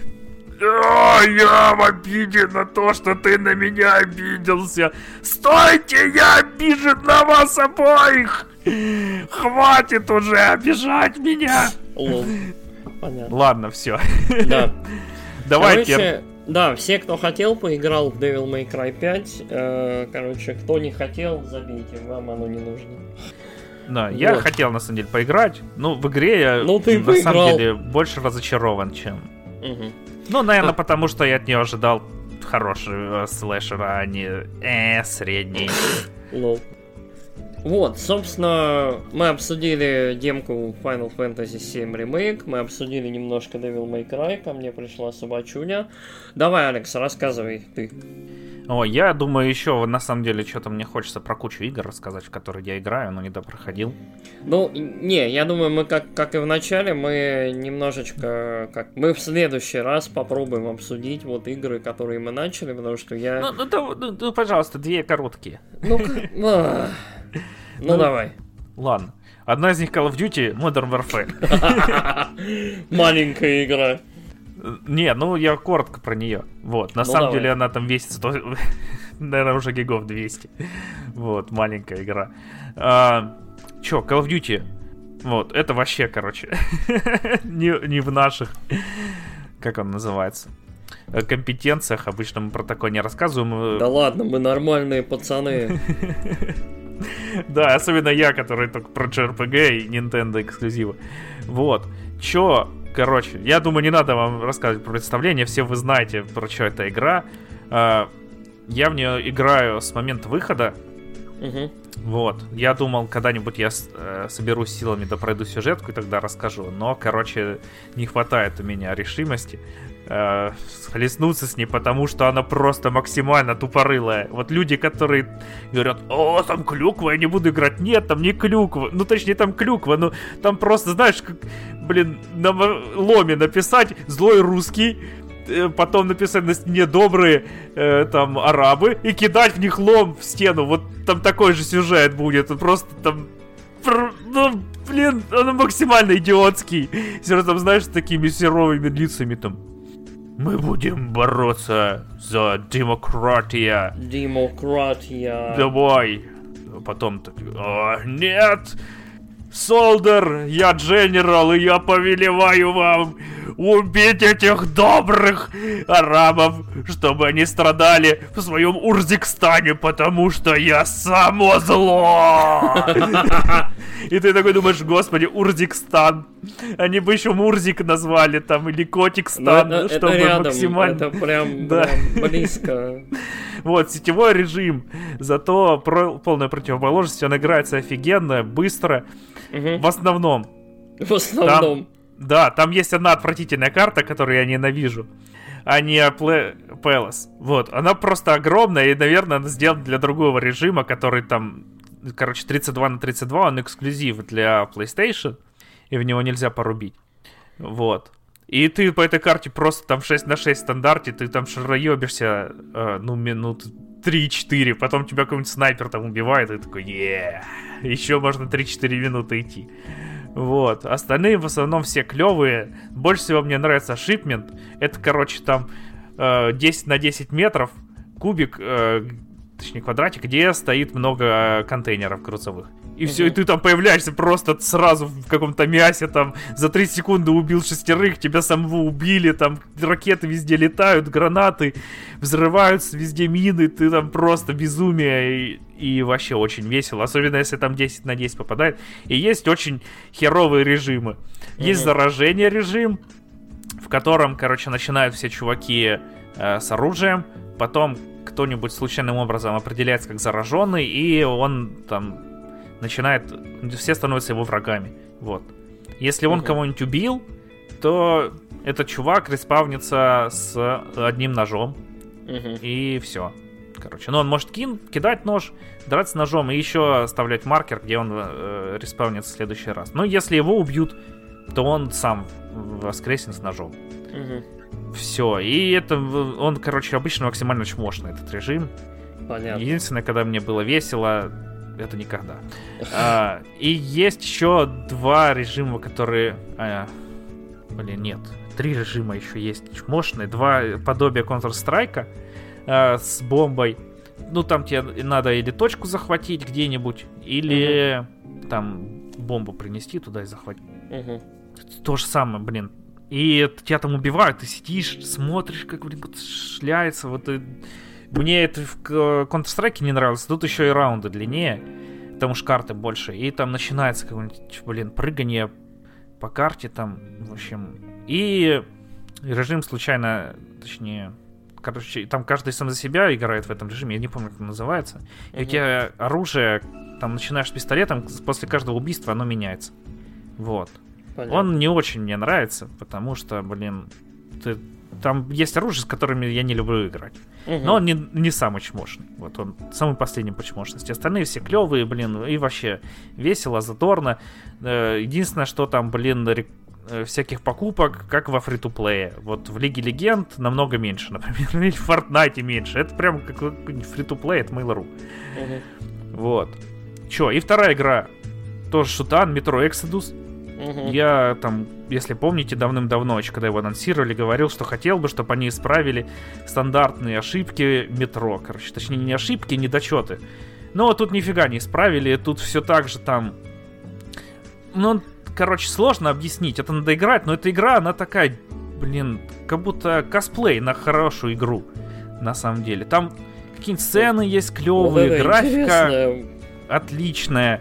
Я в обиде на то, что ты на меня обиделся. Стойте, я обижен на вас обоих. Хватит уже обижать меня. Лол. Понятно. Ладно, все. Да. Давайте. Короче, да, все, кто хотел, поиграл в Devil May Cry пять. Э, короче, кто не хотел, забейте, вам оно не нужно. Да, вот. Я хотел на самом деле поиграть. Ну, в игре я ну, ты на поиграл. самом деле больше разочарован, чем. Угу. Ну, наверное, а. потому что я от нее ожидал хорошего слэшера, а не э, средний. Лол. Вот, собственно, мы обсудили демку Final Fantasy семь Remake, мы обсудили немножко Devil May Cry, ко мне пришла собачуня. Давай, Алекс, рассказывай ты. О, я думаю, еще на самом деле что-то мне хочется про кучу игр рассказать, в которые я играю, но не допроходил. Ну, не, я думаю, мы как, как и в начале, мы немножечко, как мы в следующий раз попробуем обсудить вот игры, которые мы начали, потому что я... Ну, ну, да, ну, ну пожалуйста, две короткие. Ну, ну, ну давай. Ладно. Одна из них Call of Duty Modern Warfare. Маленькая игра. Не, ну я коротко про нее. Вот, на ну, самом давай. деле она там весит сто... наверное, уже гигов двести. Вот, маленькая игра. А, чё, Call of Duty. Вот, это вообще, короче, не, не в наших, как он называется, компетенциях. Обычно мы про такое не рассказываем. Да ладно, мы нормальные пацаны. Да, особенно я, который только про джей ар пи джи и Nintendo эксклюзивы. Вот, чё... Короче, я думаю, не надо вам рассказывать про представление, все вы знаете, про что эта игра. Я в нее играю с момента выхода. Угу. Вот. Я думал, когда-нибудь я соберусь силами, да пройду сюжетку и тогда расскажу. Но, короче, не хватает у меня решимости э, схлестнуться с ней, потому что она просто максимально тупорылая. Вот люди, которые говорят: о, там клюква, я не буду играть. Нет, там не клюква. Ну, точнее, там клюква, но там просто, знаешь, как, блин, на ломе написать «злой русский», потом написать на стене «добрые э, там арабы» и кидать в них лом в стену. Вот там такой же сюжет будет. Просто там... Ну, блин, он максимально идиотский. Все равно там, знаешь, с такими серовыми лицами там: мы будем бороться за демократию. Демократия. Давай. Потом так: о, нет! Солдер, я Дженерал, и я повелеваю вам убить этих добрых арабов, чтобы они страдали в своем Урзикстане, потому что я само зло. И ты такой думаешь, господи, Урзикстан. Они бы еще Мурзик назвали там, или Котикстан, это, чтобы это рядом, максимально... это прям, да. прям близко. Вот, сетевой режим, зато про... полная противоположность, он играется офигенно, быстро, угу. в основном. В основном. Там, да, там есть одна отвратительная карта, которую я ненавижу. А не Palace. Вот, она просто огромная, и, наверное, она сделана для другого режима, который там, короче, тридцать два на тридцать два, он эксклюзив для PlayStation, и в него нельзя порубить. Вот. И ты по этой карте просто там шесть на шесть в стандарте, ты там шароебишься, э, ну, минут три-четыре, потом тебя какой-нибудь снайпер там убивает, и ты такой, е еще можно три-четыре минуты идти. Вот, остальные в основном все клевые. Больше всего мне нравится Shipment. Это, короче, там э, десять на десять метров кубик, э, точнее квадратик, где стоит много контейнеров грузовых. И uh-huh. все, и ты там появляешься просто сразу в каком-то мясе, там, за три секунды убил шестерых, тебя самого убили, там, ракеты везде летают, гранаты взрываются, везде мины, ты там просто безумие, и, и вообще очень весело, особенно если там десять на десять попадает. И есть очень херовые режимы. Uh-huh. Есть заражение режим, в котором, короче, начинают все чуваки э, с оружием, потом кто-нибудь случайным образом определяется как зараженный, и он там начинает, все становятся его врагами. Вот. Если он uh-huh. кого-нибудь убил, то этот чувак респавнится с одним ножом. Uh-huh. И все. Короче, ну он может кин, кидать нож, драться ножом и еще оставлять маркер, где он э, респавнится в следующий раз. Но если его убьют, то он сам воскреснет с ножом. Uh-huh. Все. И это он, короче, обычно максимально чмошный, этот режим. Понятно. Единственное, когда мне было весело, это никогда. а, И есть еще два режима, которые... А, блин, нет. Три режима еще есть чмошные. Два подобия Counter-Strike а, с бомбой. Ну, там тебе надо или точку захватить где-нибудь, или угу. там бомбу принести туда и захватить. Угу. То же самое, блин. И тебя там убивают, ты сидишь, смотришь, как, блин, вот шляется, вот... И... Мне это в Counter-Strike не нравилось. Тут еще и раунды длиннее, потому что карты больше. И там начинается какое-нибудь, блин, прыгание по карте там, в общем. И режим случайно, точнее, короче, там каждый сам за себя играет в этом режиме. Я не помню, как он называется. И mm-hmm. у тебя оружие, там начинаешь с пистолетом, после каждого убийства оно меняется. Вот. Понятно. Он не очень мне нравится, потому что, блин, ты... Там есть оружие, с которыми я не люблю играть. Uh-huh. Но он не, не самый чмошный. Вот он самый последний по чмошности. Остальные все клевые, блин, и вообще весело, задорно. Единственное, что там, блин, рек... всяких покупок, как во фри-ту-плее. Вот в Лиге Легенд намного меньше, например, или в Fortnite меньше. Это прям как фри-ту-плей от Mail.ru. Uh-huh. Вот. Че, и вторая игра. Тоже шутан, Metro Exodus. Uh-huh. Я там, если помните, давным-давно, еще когда его анонсировали, говорил, что хотел бы, чтобы они исправили стандартные ошибки метро. Короче, точнее, не ошибки, недочеты. Но тут нифига не исправили, тут все так же там... Ну, короче, сложно объяснить. Это надо играть, но эта игра, она такая, блин, как будто косплей на хорошую игру, на самом деле. Там какие-нибудь сцены есть клевые, вот графика интересная. Отличная.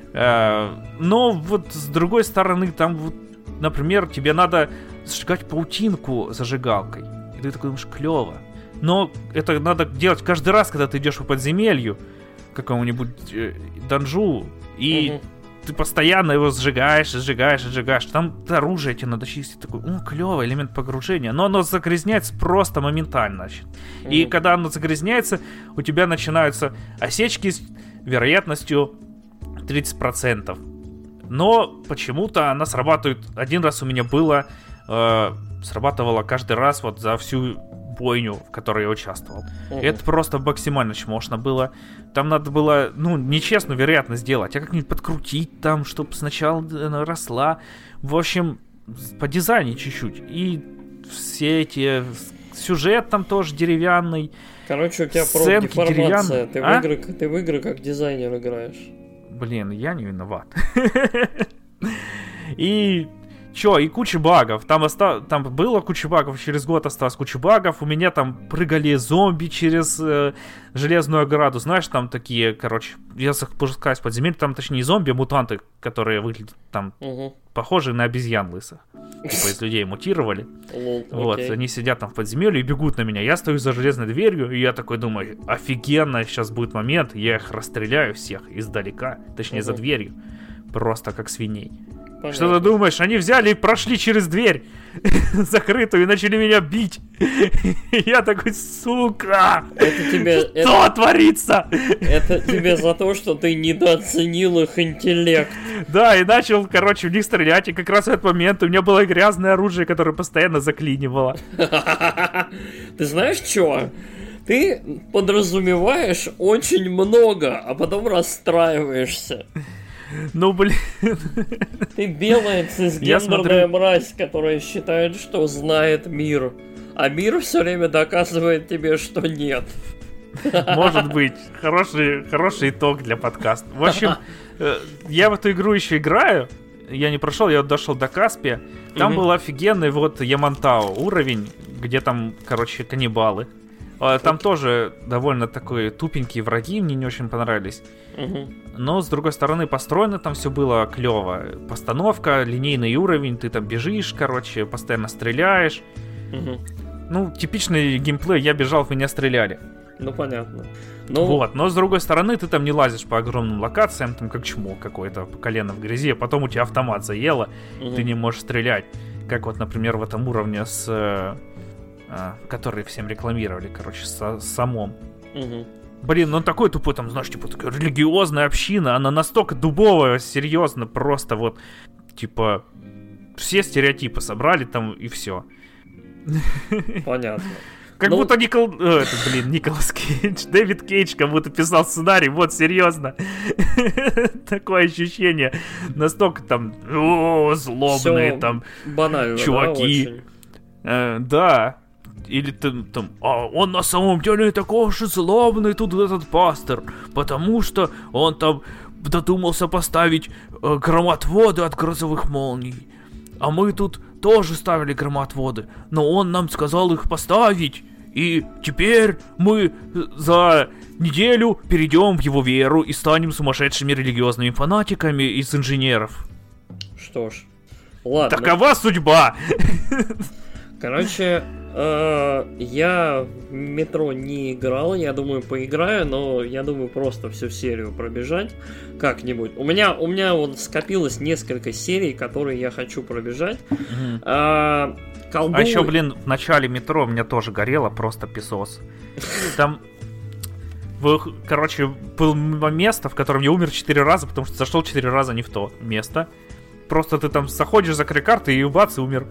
Но вот с другой стороны, там вот, например, тебе надо сжигать паутинку зажигалкой. И ты такой думаешь, клево. Но это надо делать каждый раз, когда ты идешь по подземелью, какому-нибудь э, данжу, и угу. ты постоянно его сжигаешь, сжигаешь, сжигаешь. Там оружие тебе надо чистить. Такой, о, клево, элемент погружения. Но оно загрязняется просто моментально. Угу. И когда оно загрязняется, у тебя начинаются осечки с вероятностью тридцать процентов. Но почему-то она срабатывает. Один раз у меня было э, срабатывала каждый раз вот за всю бойню, в которой я участвовал. Uh-huh. Это просто максимально чмошно было. Там надо было, ну, нечестную вероятность сделать, а как-нибудь подкрутить там, чтобы сначала она росла. В общем, по дизайну чуть-чуть. И все эти... Сюжет там тоже деревянный. Короче, у тебя про деформация. Ты, а? в игры, ты в игры как дизайнер играешь. Блин, я не виноват. И Чё, и куча багов. Там, оста... там было куча багов, через год осталось куча багов. У меня там прыгали зомби через э, железную ограду. Знаешь, там такие, короче, я спускаюсь в подземелье, там точнее не зомби, а мутанты, которые выглядят там угу. похожи на обезьян лысых. Типа из людей мутировали. Лол, вот, окей. Они сидят там в подземелье и бегут на меня. Я стою за железной дверью, и я такой думаю, офигенно, сейчас будет момент, я их расстреляю всех издалека, точнее угу. за дверью. Просто как свиней. Понятно. Что ты думаешь, они взяли и прошли через дверь закрытую и начали меня бить. Я такой, сука! Это тебе... Что это... творится? Это тебе за то, что ты недооценил их интеллект. Да, и начал, короче, в них стрелять. И как раз в этот момент у меня было грязное оружие, которое постоянно заклинивало. Ты знаешь, что? Ты подразумеваешь очень много, а потом расстраиваешься. Ну, блин. Ты белая цисгендерная мразь, которая считает, что знает мир. А мир все время доказывает тебе, что нет. Может быть. Хороший, хороший итог для подкаста. В общем, я в эту игру еще играю. Я не прошел, я дошел до Каспия. Там mm-hmm. был офигенный вот Ямантау уровень, где там, короче, каннибалы. Там тоже довольно такой тупенькие враги, мне не очень понравились. Угу. Но, с другой стороны, построено там все было клево. Постановка, линейный уровень, ты там бежишь, короче, постоянно стреляешь. Угу. Ну, типичный геймплей, я бежал, в меня стреляли. Ну, понятно. Но... Вот, но с другой стороны, ты там не лазишь по огромным локациям, там как чмо какое-то, по колено в грязи, а потом у тебя автомат заело, угу. ты не можешь стрелять. Как вот, например, в этом уровне с... который всем рекламировали, короче, с, с самом. Угу. Блин, ну он такой тупой, там, знаешь, типа, такая религиозная община, она настолько дубовая, серьезно, просто вот, типа, все стереотипы собрали там, и все. Понятно. Как ну... будто Никол... О, это, блин, Николас Кейдж, Дэвид Кейдж как будто писал сценарий, вот, серьезно. Такое ощущение. Настолько там, о, злобные всё там банально, чуваки. Да, да. Или там, там, а он на самом деле такой же злобный тут этот пастор, потому что он там додумался поставить э, громотводы от грозовых молний. А мы тут тоже ставили громотводы, но он нам сказал их поставить, и теперь мы за неделю перейдем в его веру и станем сумасшедшими религиозными фанатиками из инженеров. Что ж, ладно. Такова судьба. Короче, э, я в метро не играл, я думаю, поиграю, но я думаю просто всю серию пробежать как-нибудь. У меня, у меня вот скопилось несколько серий, которые я хочу пробежать. Mm-hmm. А, колду... а еще, блин, в начале метро у меня тоже горело просто песос. Там, короче, было место, в котором я умер четыре раза, потому что зашел четыре раза не в то место. Просто ты там заходишь, закрой карты и бац, и умер.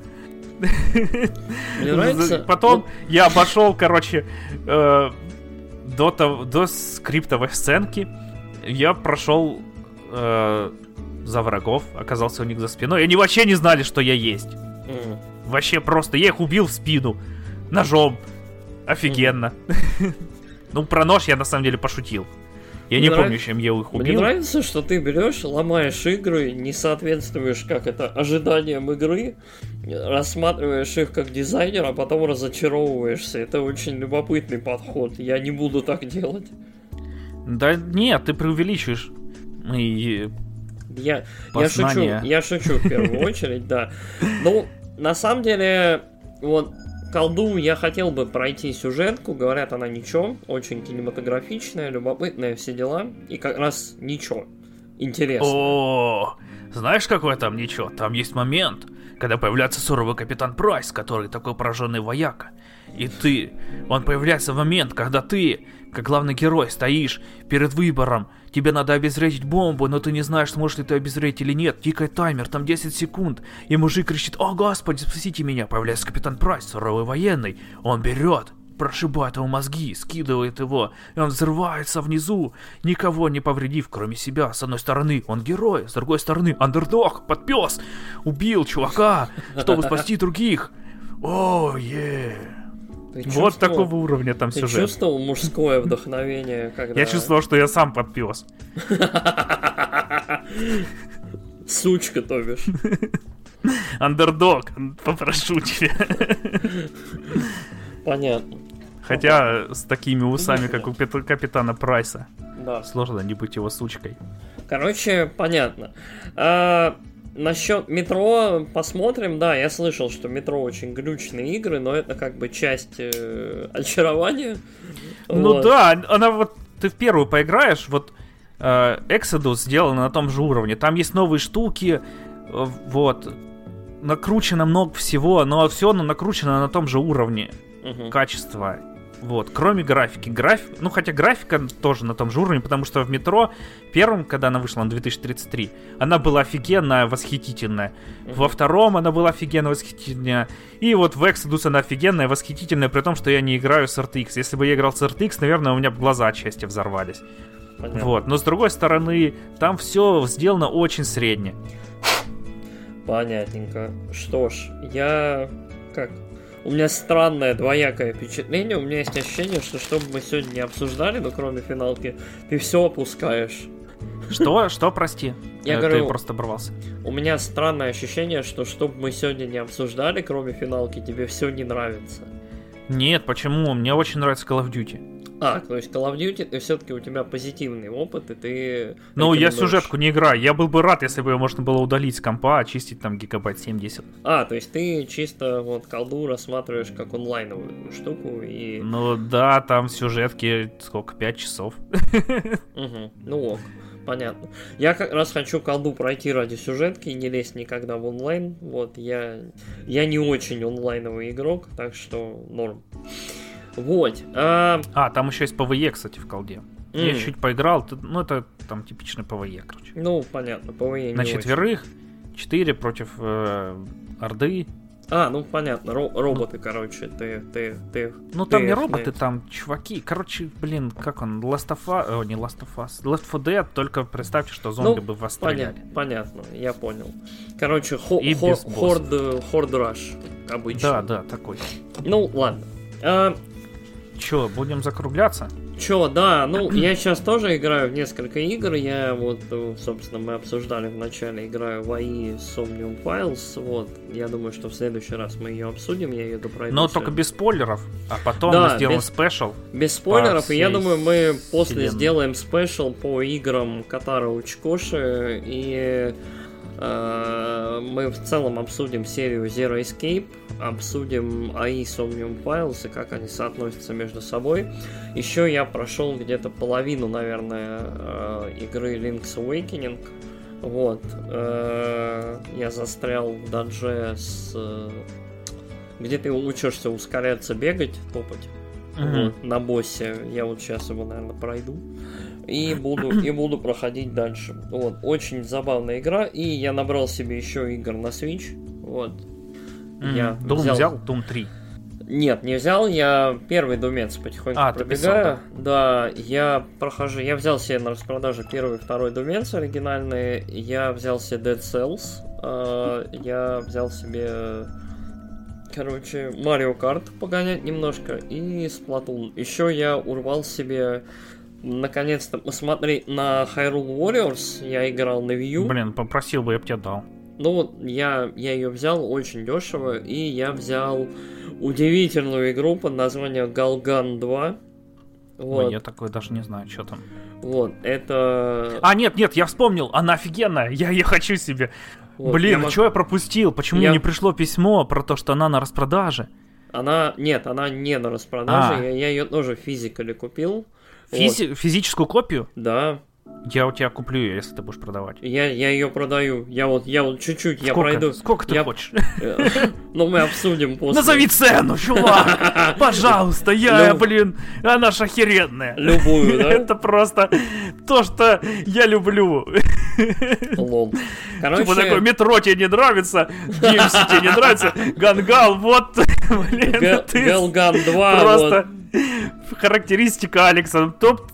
Мне нравится. Потом вот... я обошел, короче, э, до, того, до скриптовой сценки. Я прошел э, за врагов, оказался у них за спиной. И они вообще не знали, что я есть. Mm. Вообще просто. Я их убил в спину ножом. Офигенно. Mm. Ну, про нож я на самом деле пошутил. Я Мне не нрав... помню, чем я их убил. Мне нравится, что ты берешь, ломаешь игры, не соответствуешь, как это, ожиданиям игры, рассматриваешь их как дизайнер, а потом разочаровываешься. Это очень любопытный подход. Я не буду так делать. Да нет, ты преувеличиваешь мои я, я шучу, я шучу в первую очередь, да. Ну, на самом деле, вот... Колду я хотел бы пройти сюжетку, говорят, она ничего, очень кинематографичная, любопытная, все дела, и как раз ничего, интересно. О, знаешь, какой там ничего? Там есть момент, когда появляется суровый капитан Прайс, который такой пораженный вояка, и ты, он появляется в момент, когда ты, как главный герой, стоишь перед выбором, тебе надо обезвредить бомбу, но ты не знаешь, сможешь ли ты обезвредить или нет. Тикает таймер, там десять секунд. И мужик кричит: «О, господи, спасите меня!» Появляется капитан Прайс, суровый военный. Он берет, прошибает ему мозги, скидывает его. И он взрывается внизу, никого не повредив, кроме себя. С одной стороны, он герой, с другой стороны, андердог, подпес. Убил чувака, чтобы спасти других. О, е. Вот такого уровня там ты сюжет. Ты чувствовал мужское вдохновение, когда... Я чувствовал, что я сам подпёс. Сучка, то бишь. Андердог, попрошу тебя. Понятно. Хотя с такими усами, как у капитана Прайса, да. Сложно не быть его сучкой. Короче, понятно. А, насчет метро посмотрим. Да, я слышал, что метро очень глючные игры, но это как бы часть э, очарования. Ну вот. да, она вот... Ты в первую поиграешь, вот э, Exodus сделана на том же уровне. Там есть новые штуки, э, вот... Накручено много всего, но все оно накручено на том же уровне uh-huh. качества. Вот, кроме графики. Граф... Ну, хотя графика тоже на том же уровне, потому что в метро первом, когда она вышла, на две тысячи тридцать три, она была офигенная, восхитительная. Uh-huh. Во втором она была офигенно восхитительная. И вот в Exodus она офигенная, восхитительная, при том, что я не играю с эр ти экс. Если бы я играл с эр ти экс, наверное, у меня бы глаза от счастья взорвались. Понятно. Вот, но с другой стороны, там все сделано очень средне. Понятненько. Что ж, я... Как? У меня странное двоякое впечатление. У меня есть ощущение, что что бы мы сегодня не обсуждали, но кроме финалки, ты все опускаешь. Что? Что, прости? Я ты говорю, просто оборвался. У меня странное ощущение, что что бы мы сегодня не обсуждали, кроме финалки, тебе все не нравится. Нет, почему? Мне очень нравится Call of Duty. А, то есть Call of Duty, ты все-таки у тебя позитивный опыт, и ты... Ну, я сюжетку не играю. Я был бы рад, если бы ее можно было удалить с компа, очистить там гигабайт семьдесят. А, то есть ты чисто вот колду рассматриваешь как онлайновую штуку и... Ну да, там сюжетки сколько, пять часов. Угу, ну ок, понятно. Я как раз хочу колду пройти ради сюжетки и не лезть никогда в онлайн. Вот, я, я не очень онлайновый игрок, так что норм. Вот. А... а, там еще есть пэ вэ е, кстати, в колде. Mm. Я чуть поиграл, ну это там типичный пэ вэ е, короче. Ну, понятно, пэ вэ е не на четверых, четыре против э, Орды. А, ну понятно, Ро- роботы, ну, короче, ты, ты, ты... Ну там не роботы, там чуваки, короче, блин, как он, Last of Us, о, не Last of Us, Left four Dead, только представьте, что зомби ну, бы вас стреляли. Понятно, я понял. Короче, хо- хо- хорд, хорд раш, обычно. Да, да, такой. Ну, ладно. А... Чё, будем закругляться? Чё, да, ну, я сейчас тоже играю в несколько игр, я вот, собственно, мы обсуждали в начале, играю в эй и Somnium Files, вот, я думаю, что в следующий раз мы ее обсудим, я ее допройду. Но только без спойлеров, а потом да, мы сделаем без, спешл. Без спойлеров, и я думаю, мы после вселенной. сделаем спешл по играм Котаро Учкоши, и э, мы в целом обсудим серию Zero Escape, обсудим эй и Somnium Files и как они соотносятся между собой. Еще я прошел где-то половину, наверное, игры Link's Awakening. Вот. Я застрял в додже с... где ты учишься ускоряться, бегать, топать. Uh-huh. Вот, на боссе. Я вот сейчас его, наверное, пройду. И буду, и буду проходить дальше. Вот. Очень забавная игра. И я набрал себе еще игр на Switch. Вот. Mm-hmm. Я Doom взял... взял? Doom три? Нет, не взял. Я первый думец потихоньку а, пробегаю. Писал, да? да, я прохожу. Я взял себе на распродаже первый и второй думец оригинальные. Я взял себе Dead Cells. Э, я взял себе... Короче, Mario Kart погонять немножко и Splatoon. Еще я урвал себе... Наконец-то посмотреть на Hyrule Warriors. Я играл на Wii U. Блин, попросил бы, я бы тебе дал. Ну, я, я ее взял очень дешево, и я взял удивительную игру под названием Galgan два. Вот. Ой, я такой даже не знаю, что там. Вот, это... А, нет, нет, я вспомнил, она офигенная, я ее хочу себе. Вот, Блин, я что мог... я пропустил? Почему я... не пришло письмо про то, что она на распродаже? Она, нет, она не на распродаже, а. я, я ее тоже в физикале купил. Физи... Вот. Физическую копию? Да. Я у тебя куплю ее, если ты будешь продавать. Я, я ее продаю. Я вот, я вот чуть-чуть, Сколько? я пройду. Сколько ты я... хочешь? Ну, мы обсудим после. Назови цену, чувак! Пожалуйста, я, блин, она ж охеренная. Любую, да? Это просто то, что я люблю. Лол. Короче... Типа такой, метро тебе не нравится, ди эм си тебе не нравится, Гангал, вот, блин, ты... Галган два, просто... Характеристика Алекса. Топ,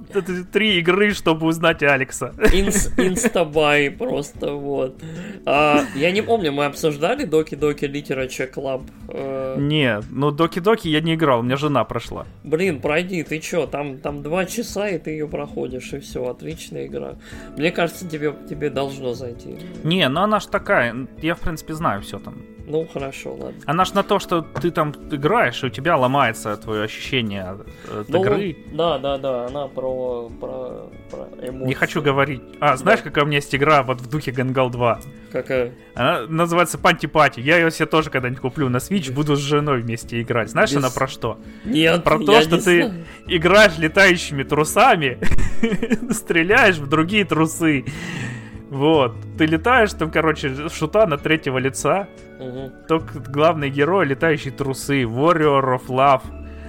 это три игры, чтобы узнать Алекса. Инс, инстабай просто, вот. А, я не помню, мы обсуждали Доки Доки Literature Club? А... Не, ну Доки Доки я не играл, у меня жена прошла. Блин, пройди, ты чё, там, там два часа, и ты ее проходишь, и все, отличная игра. Мне кажется, тебе, тебе должно зайти. Не, ну она ж такая, я в принципе знаю все там. Ну, хорошо, ладно. Она ж на то, что ты там играешь, и у тебя ломается твое ощущение от ну, игры. Да, да, да, она про, про, про эмоции. Не хочу говорить. А, знаешь, да. Какая у меня есть игра вот в духе Гангал два? Какая? Она называется Панти-Пати. Я ее себе тоже когда-нибудь куплю на Switch, буду с женой вместе играть. Знаешь, Без... она про что? Нет, про то, я что не ты знаю. Играешь летающими трусами, стреляешь в другие трусы. Вот. Ты летаешь там, короче, шута на третьего лица. Угу. Только главный герой — летающие трусы. Warrior of Love.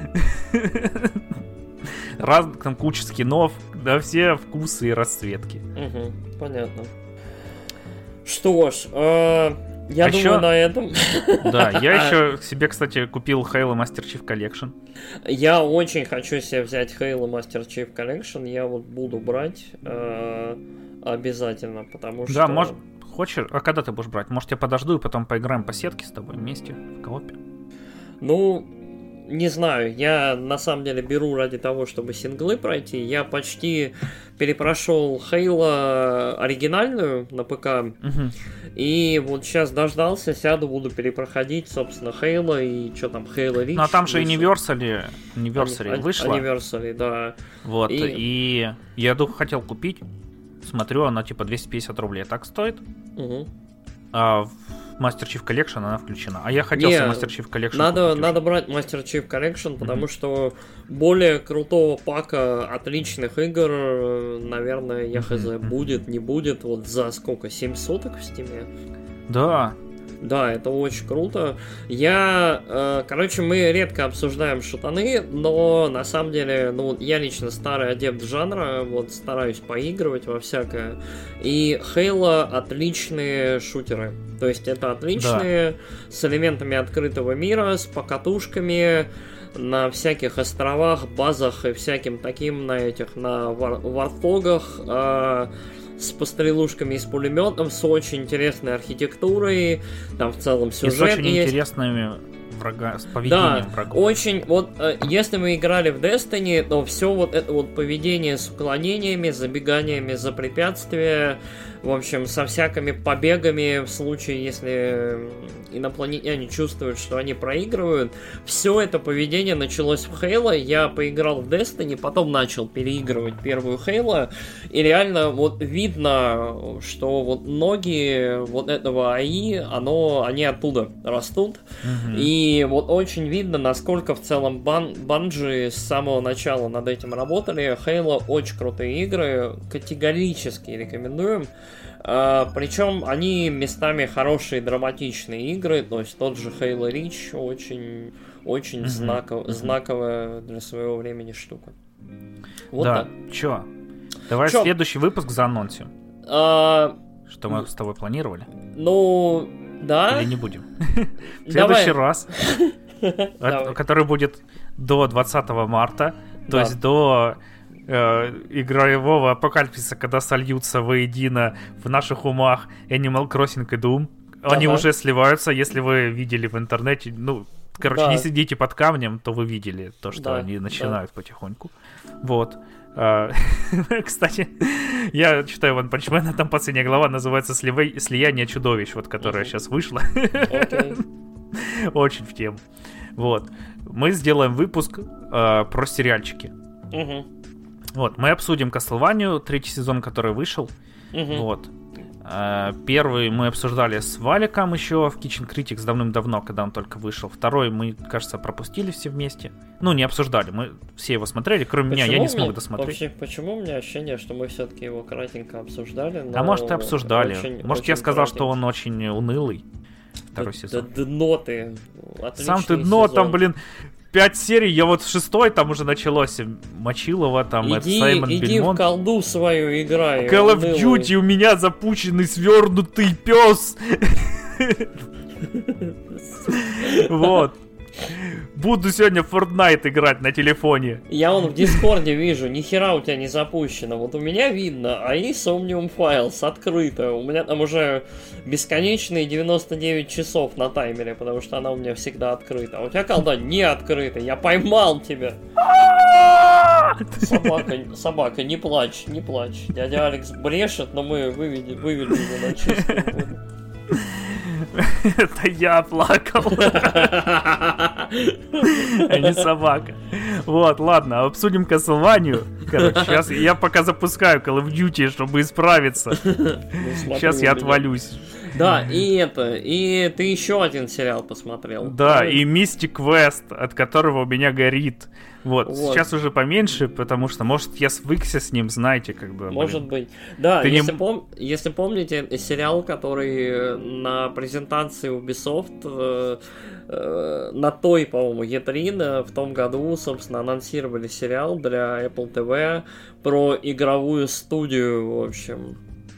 Раз, там куча скинов, да, все вкусы и расцветки. Угу, понятно. Что ж, э, я а думаю, еще... на этом... Да, я еще себе, кстати, купил Halo Master Chief Collection. Я очень хочу себе взять Halo Master Chief Collection. Я вот буду брать э, обязательно, потому что... Да, может, хочешь... А когда ты будешь брать? Может, я подожду и потом поиграем по сетке с тобой вместе в коопе? Ну... Не знаю, я на самом деле беру ради того, чтобы синглы пройти. Я почти перепрошел Halo оригинальную на ПК. Угу. И вот сейчас дождался, сяду, буду перепроходить, собственно, Halo и что там, Halo Reach. Ну а там же Anniversary, Anniversary Ани- вышла. Anniversary, да. Вот, и... и я думаю, хотел купить. Смотрю, она типа двести пятьдесят рублей так стоит. Угу. А в Master Chief Collection она включена. А я хотел себе Master Chief Collection надо, купить. надо брать Master Chief Collection, потому mm-hmm. что более крутого пака отличных игр, наверное, я хз, mm-hmm. будет, не будет. Вот за сколько? семь соток в Стиме? Да. Да, это очень круто. Я, э, короче, мы редко обсуждаем шутаны, но на самом деле, ну, я лично старый адепт жанра, вот стараюсь поигрывать во всякое. И Halo отличные шутеры. То есть это отличные, да. С элементами открытого мира, с покатушками, на всяких островах, базах и всяким таким, на этих, на вар- варфогах, э, с пострелушками и с пулеметом, с очень интересной архитектурой, там в целом сюжет есть. И с очень есть. интересными врага, с поведением да, врагов. Очень, вот, э, если мы играли в Destiny, то все вот это вот поведение с уклонениями, забеганиями за препятствия, в общем, со всякими побегами в случае, если инопланетяне чувствуют, что они проигрывают. Все это поведение началось в Halo. Я поиграл в Destiny, потом начал переигрывать первую Halo. И реально вот видно, что вот ноги вот этого АИ, оно, они оттуда растут. Mm-hmm. И вот очень видно, насколько в целом бан, Bungie с самого начала над этим работали. Halo очень крутые игры, категорически рекомендуем. Uh, причем они местами хорошие драматичные игры, то есть тот же Halo Reach очень, очень mm-hmm. знаков, mm-hmm. знаковая для своего времени штука. Вот да, так. Чё? Давай Чё? Следующий выпуск заанонсим. Uh, Что мы с тобой планировали? Ну, да. Или не будем? В следующий раз, который будет до двадцатого марта, то есть до... игрового апокалипсиса, когда сольются воедино в наших умах Animal Crossing и Doom. Они ага. уже сливаются, если вы видели в интернете. Ну, короче, да. не сидите под камнем, то вы видели то, что да, они начинают да. потихоньку. Вот. Кстати, я читаю One Punch Man, там последняя глава называется «Слияние чудовищ», вот которая сейчас вышла. Очень в тему. Вот. Мы сделаем выпуск про сериальчики. Вот, мы обсудим Castlevania, третий сезон, который вышел. Uh-huh. Вот. Первый мы обсуждали с Валиком еще в Kitchen Critics давным-давно, когда он только вышел. Второй мы, кажется, пропустили все вместе. Ну, не обсуждали, мы все его смотрели, кроме почему меня, я не смог досмотреть. Вообще, почему у меня ощущение, что мы все-таки его кратенько обсуждали? Но а может и обсуждали. Очень, может очень я сказал, кратенько. что он очень унылый. Второй да, сезон. Да дно ты. Сам ты дно, сезон. Там, блин... Пять серий, я вот в шестой там уже началось. Мочилова, там, иди, Саймон иди Бельмонт. В колду свою играй. Call of Duty, у меня запущенный свернутый пес. Вот. Буду сегодня в Fortnite играть на телефоне. Я вон в Дискорде вижу, ни хера у тебя не запущено. Вот у меня видно, АИС Omnium Files открыто. У меня там уже бесконечные девяносто девять часов на таймере, потому что она у меня всегда открыта. А у тебя колда не открыта, я поймал тебя. Собака, собака, не плачь, не плачь. Дядя Алекс брешет, но мы вывели, вывели его на чистую. Это я плакал. А не собака. Вот, ладно, обсудим Castlevania. Короче, сейчас я пока запускаю Call of Duty, чтобы исправиться. Сейчас я отвалюсь. Да, и это, и ты еще один сериал посмотрел. Да, и Mystic Quest, от которого у меня горит. Вот, вот, сейчас уже поменьше, потому что, может, я свыкся с ним, знаете, как бы. Может блин. быть. Да, если, не... пом... если помните, сериал, который на презентации Ubisoft э, э, на той, по-моему, и три в том году, собственно, анонсировали сериал для Apple ти ви про игровую студию, в общем.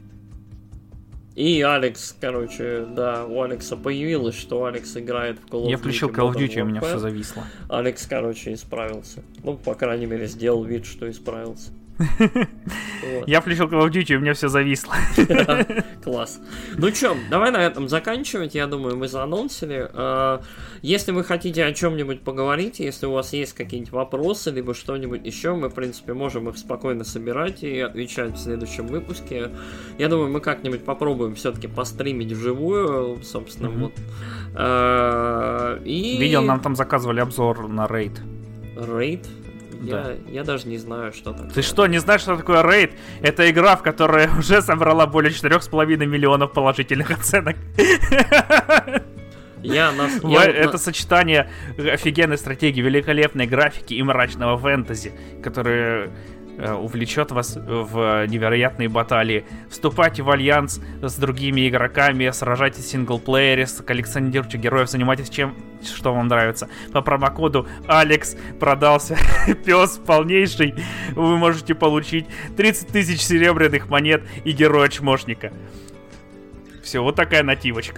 И Алекс, короче, да, у Алекса появилось, что Алекс играет в Call of Duty. Я включил Call of Duty, у меня все зависло. Алекс, короче, исправился. Ну, по крайней мере, сделал вид, что исправился. Я включил Call of Duty, у меня все зависло. Класс. Ну чё, давай на этом заканчивать. Я думаю, мы заанонсили. Если вы хотите о чем-нибудь поговорить, если у вас есть какие-нибудь вопросы, либо что-нибудь еще, мы, в принципе, можем их спокойно собирать и отвечать в следующем выпуске. Я думаю, мы как-нибудь попробуем все-таки постримить вживую, собственно, mm-hmm. вот. И... Видел, нам там заказывали обзор на рейд. Рейд? Да. Я, я даже не знаю, что такое. Ты что, не знаешь, что такое рейд? Это игра, в которой уже собрала более четыре с половиной миллионов положительных оценок. Я нас, я... я... Это сочетание офигенной стратегии, великолепной графики и мрачного фэнтези, которое увлечет вас в невероятные баталии. Вступайте в альянс с другими игроками, сражайтесь в синглплеере, коллекционируйте героев, занимайтесь чем, что вам нравится. По промокоду Алекс продался пес полнейший. Вы можете получить тридцать тысяч серебряных монет и героя-чмошника. Все, вот такая нативочка.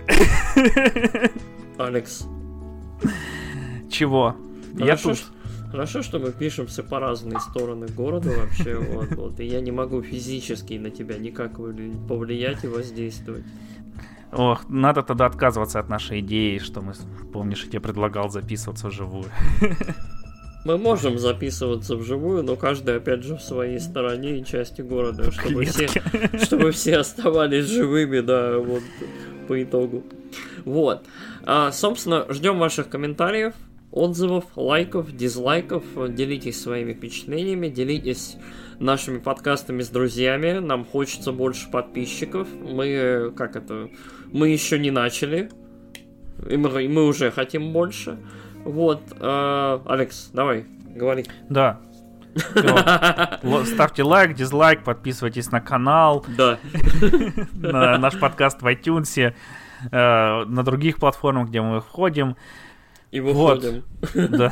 Алекс. Чего? Хорошо, Я тут. Что, хорошо, что мы пишемся по разные стороны города вообще, вот, вот, и я не могу физически на тебя никак повлиять и воздействовать. Ох, надо тогда отказываться от нашей идеи, что мы, помнишь, я тебе предлагал записываться вживую. Мы можем записываться вживую, но каждый, опять же, в своей стороне и части города, чтобы все, чтобы все оставались живыми, да, вот, по итогу. Вот. А, собственно, ждем ваших комментариев, отзывов, лайков, дизлайков. Делитесь своими впечатлениями, делитесь нашими подкастами с друзьями. Нам хочется больше подписчиков. Мы, как это, мы еще не начали, и мы, и мы уже хотим больше. Вот, э, Алекс, давай, говори. Да. Ставьте лайк, дизлайк, подписывайтесь на канал. Да. На наш подкаст в iTunes, на других платформах, где мы входим. И выходим. Да.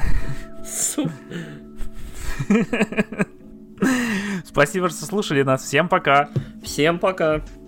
Спасибо, что слушали нас. Всем пока. Всем пока.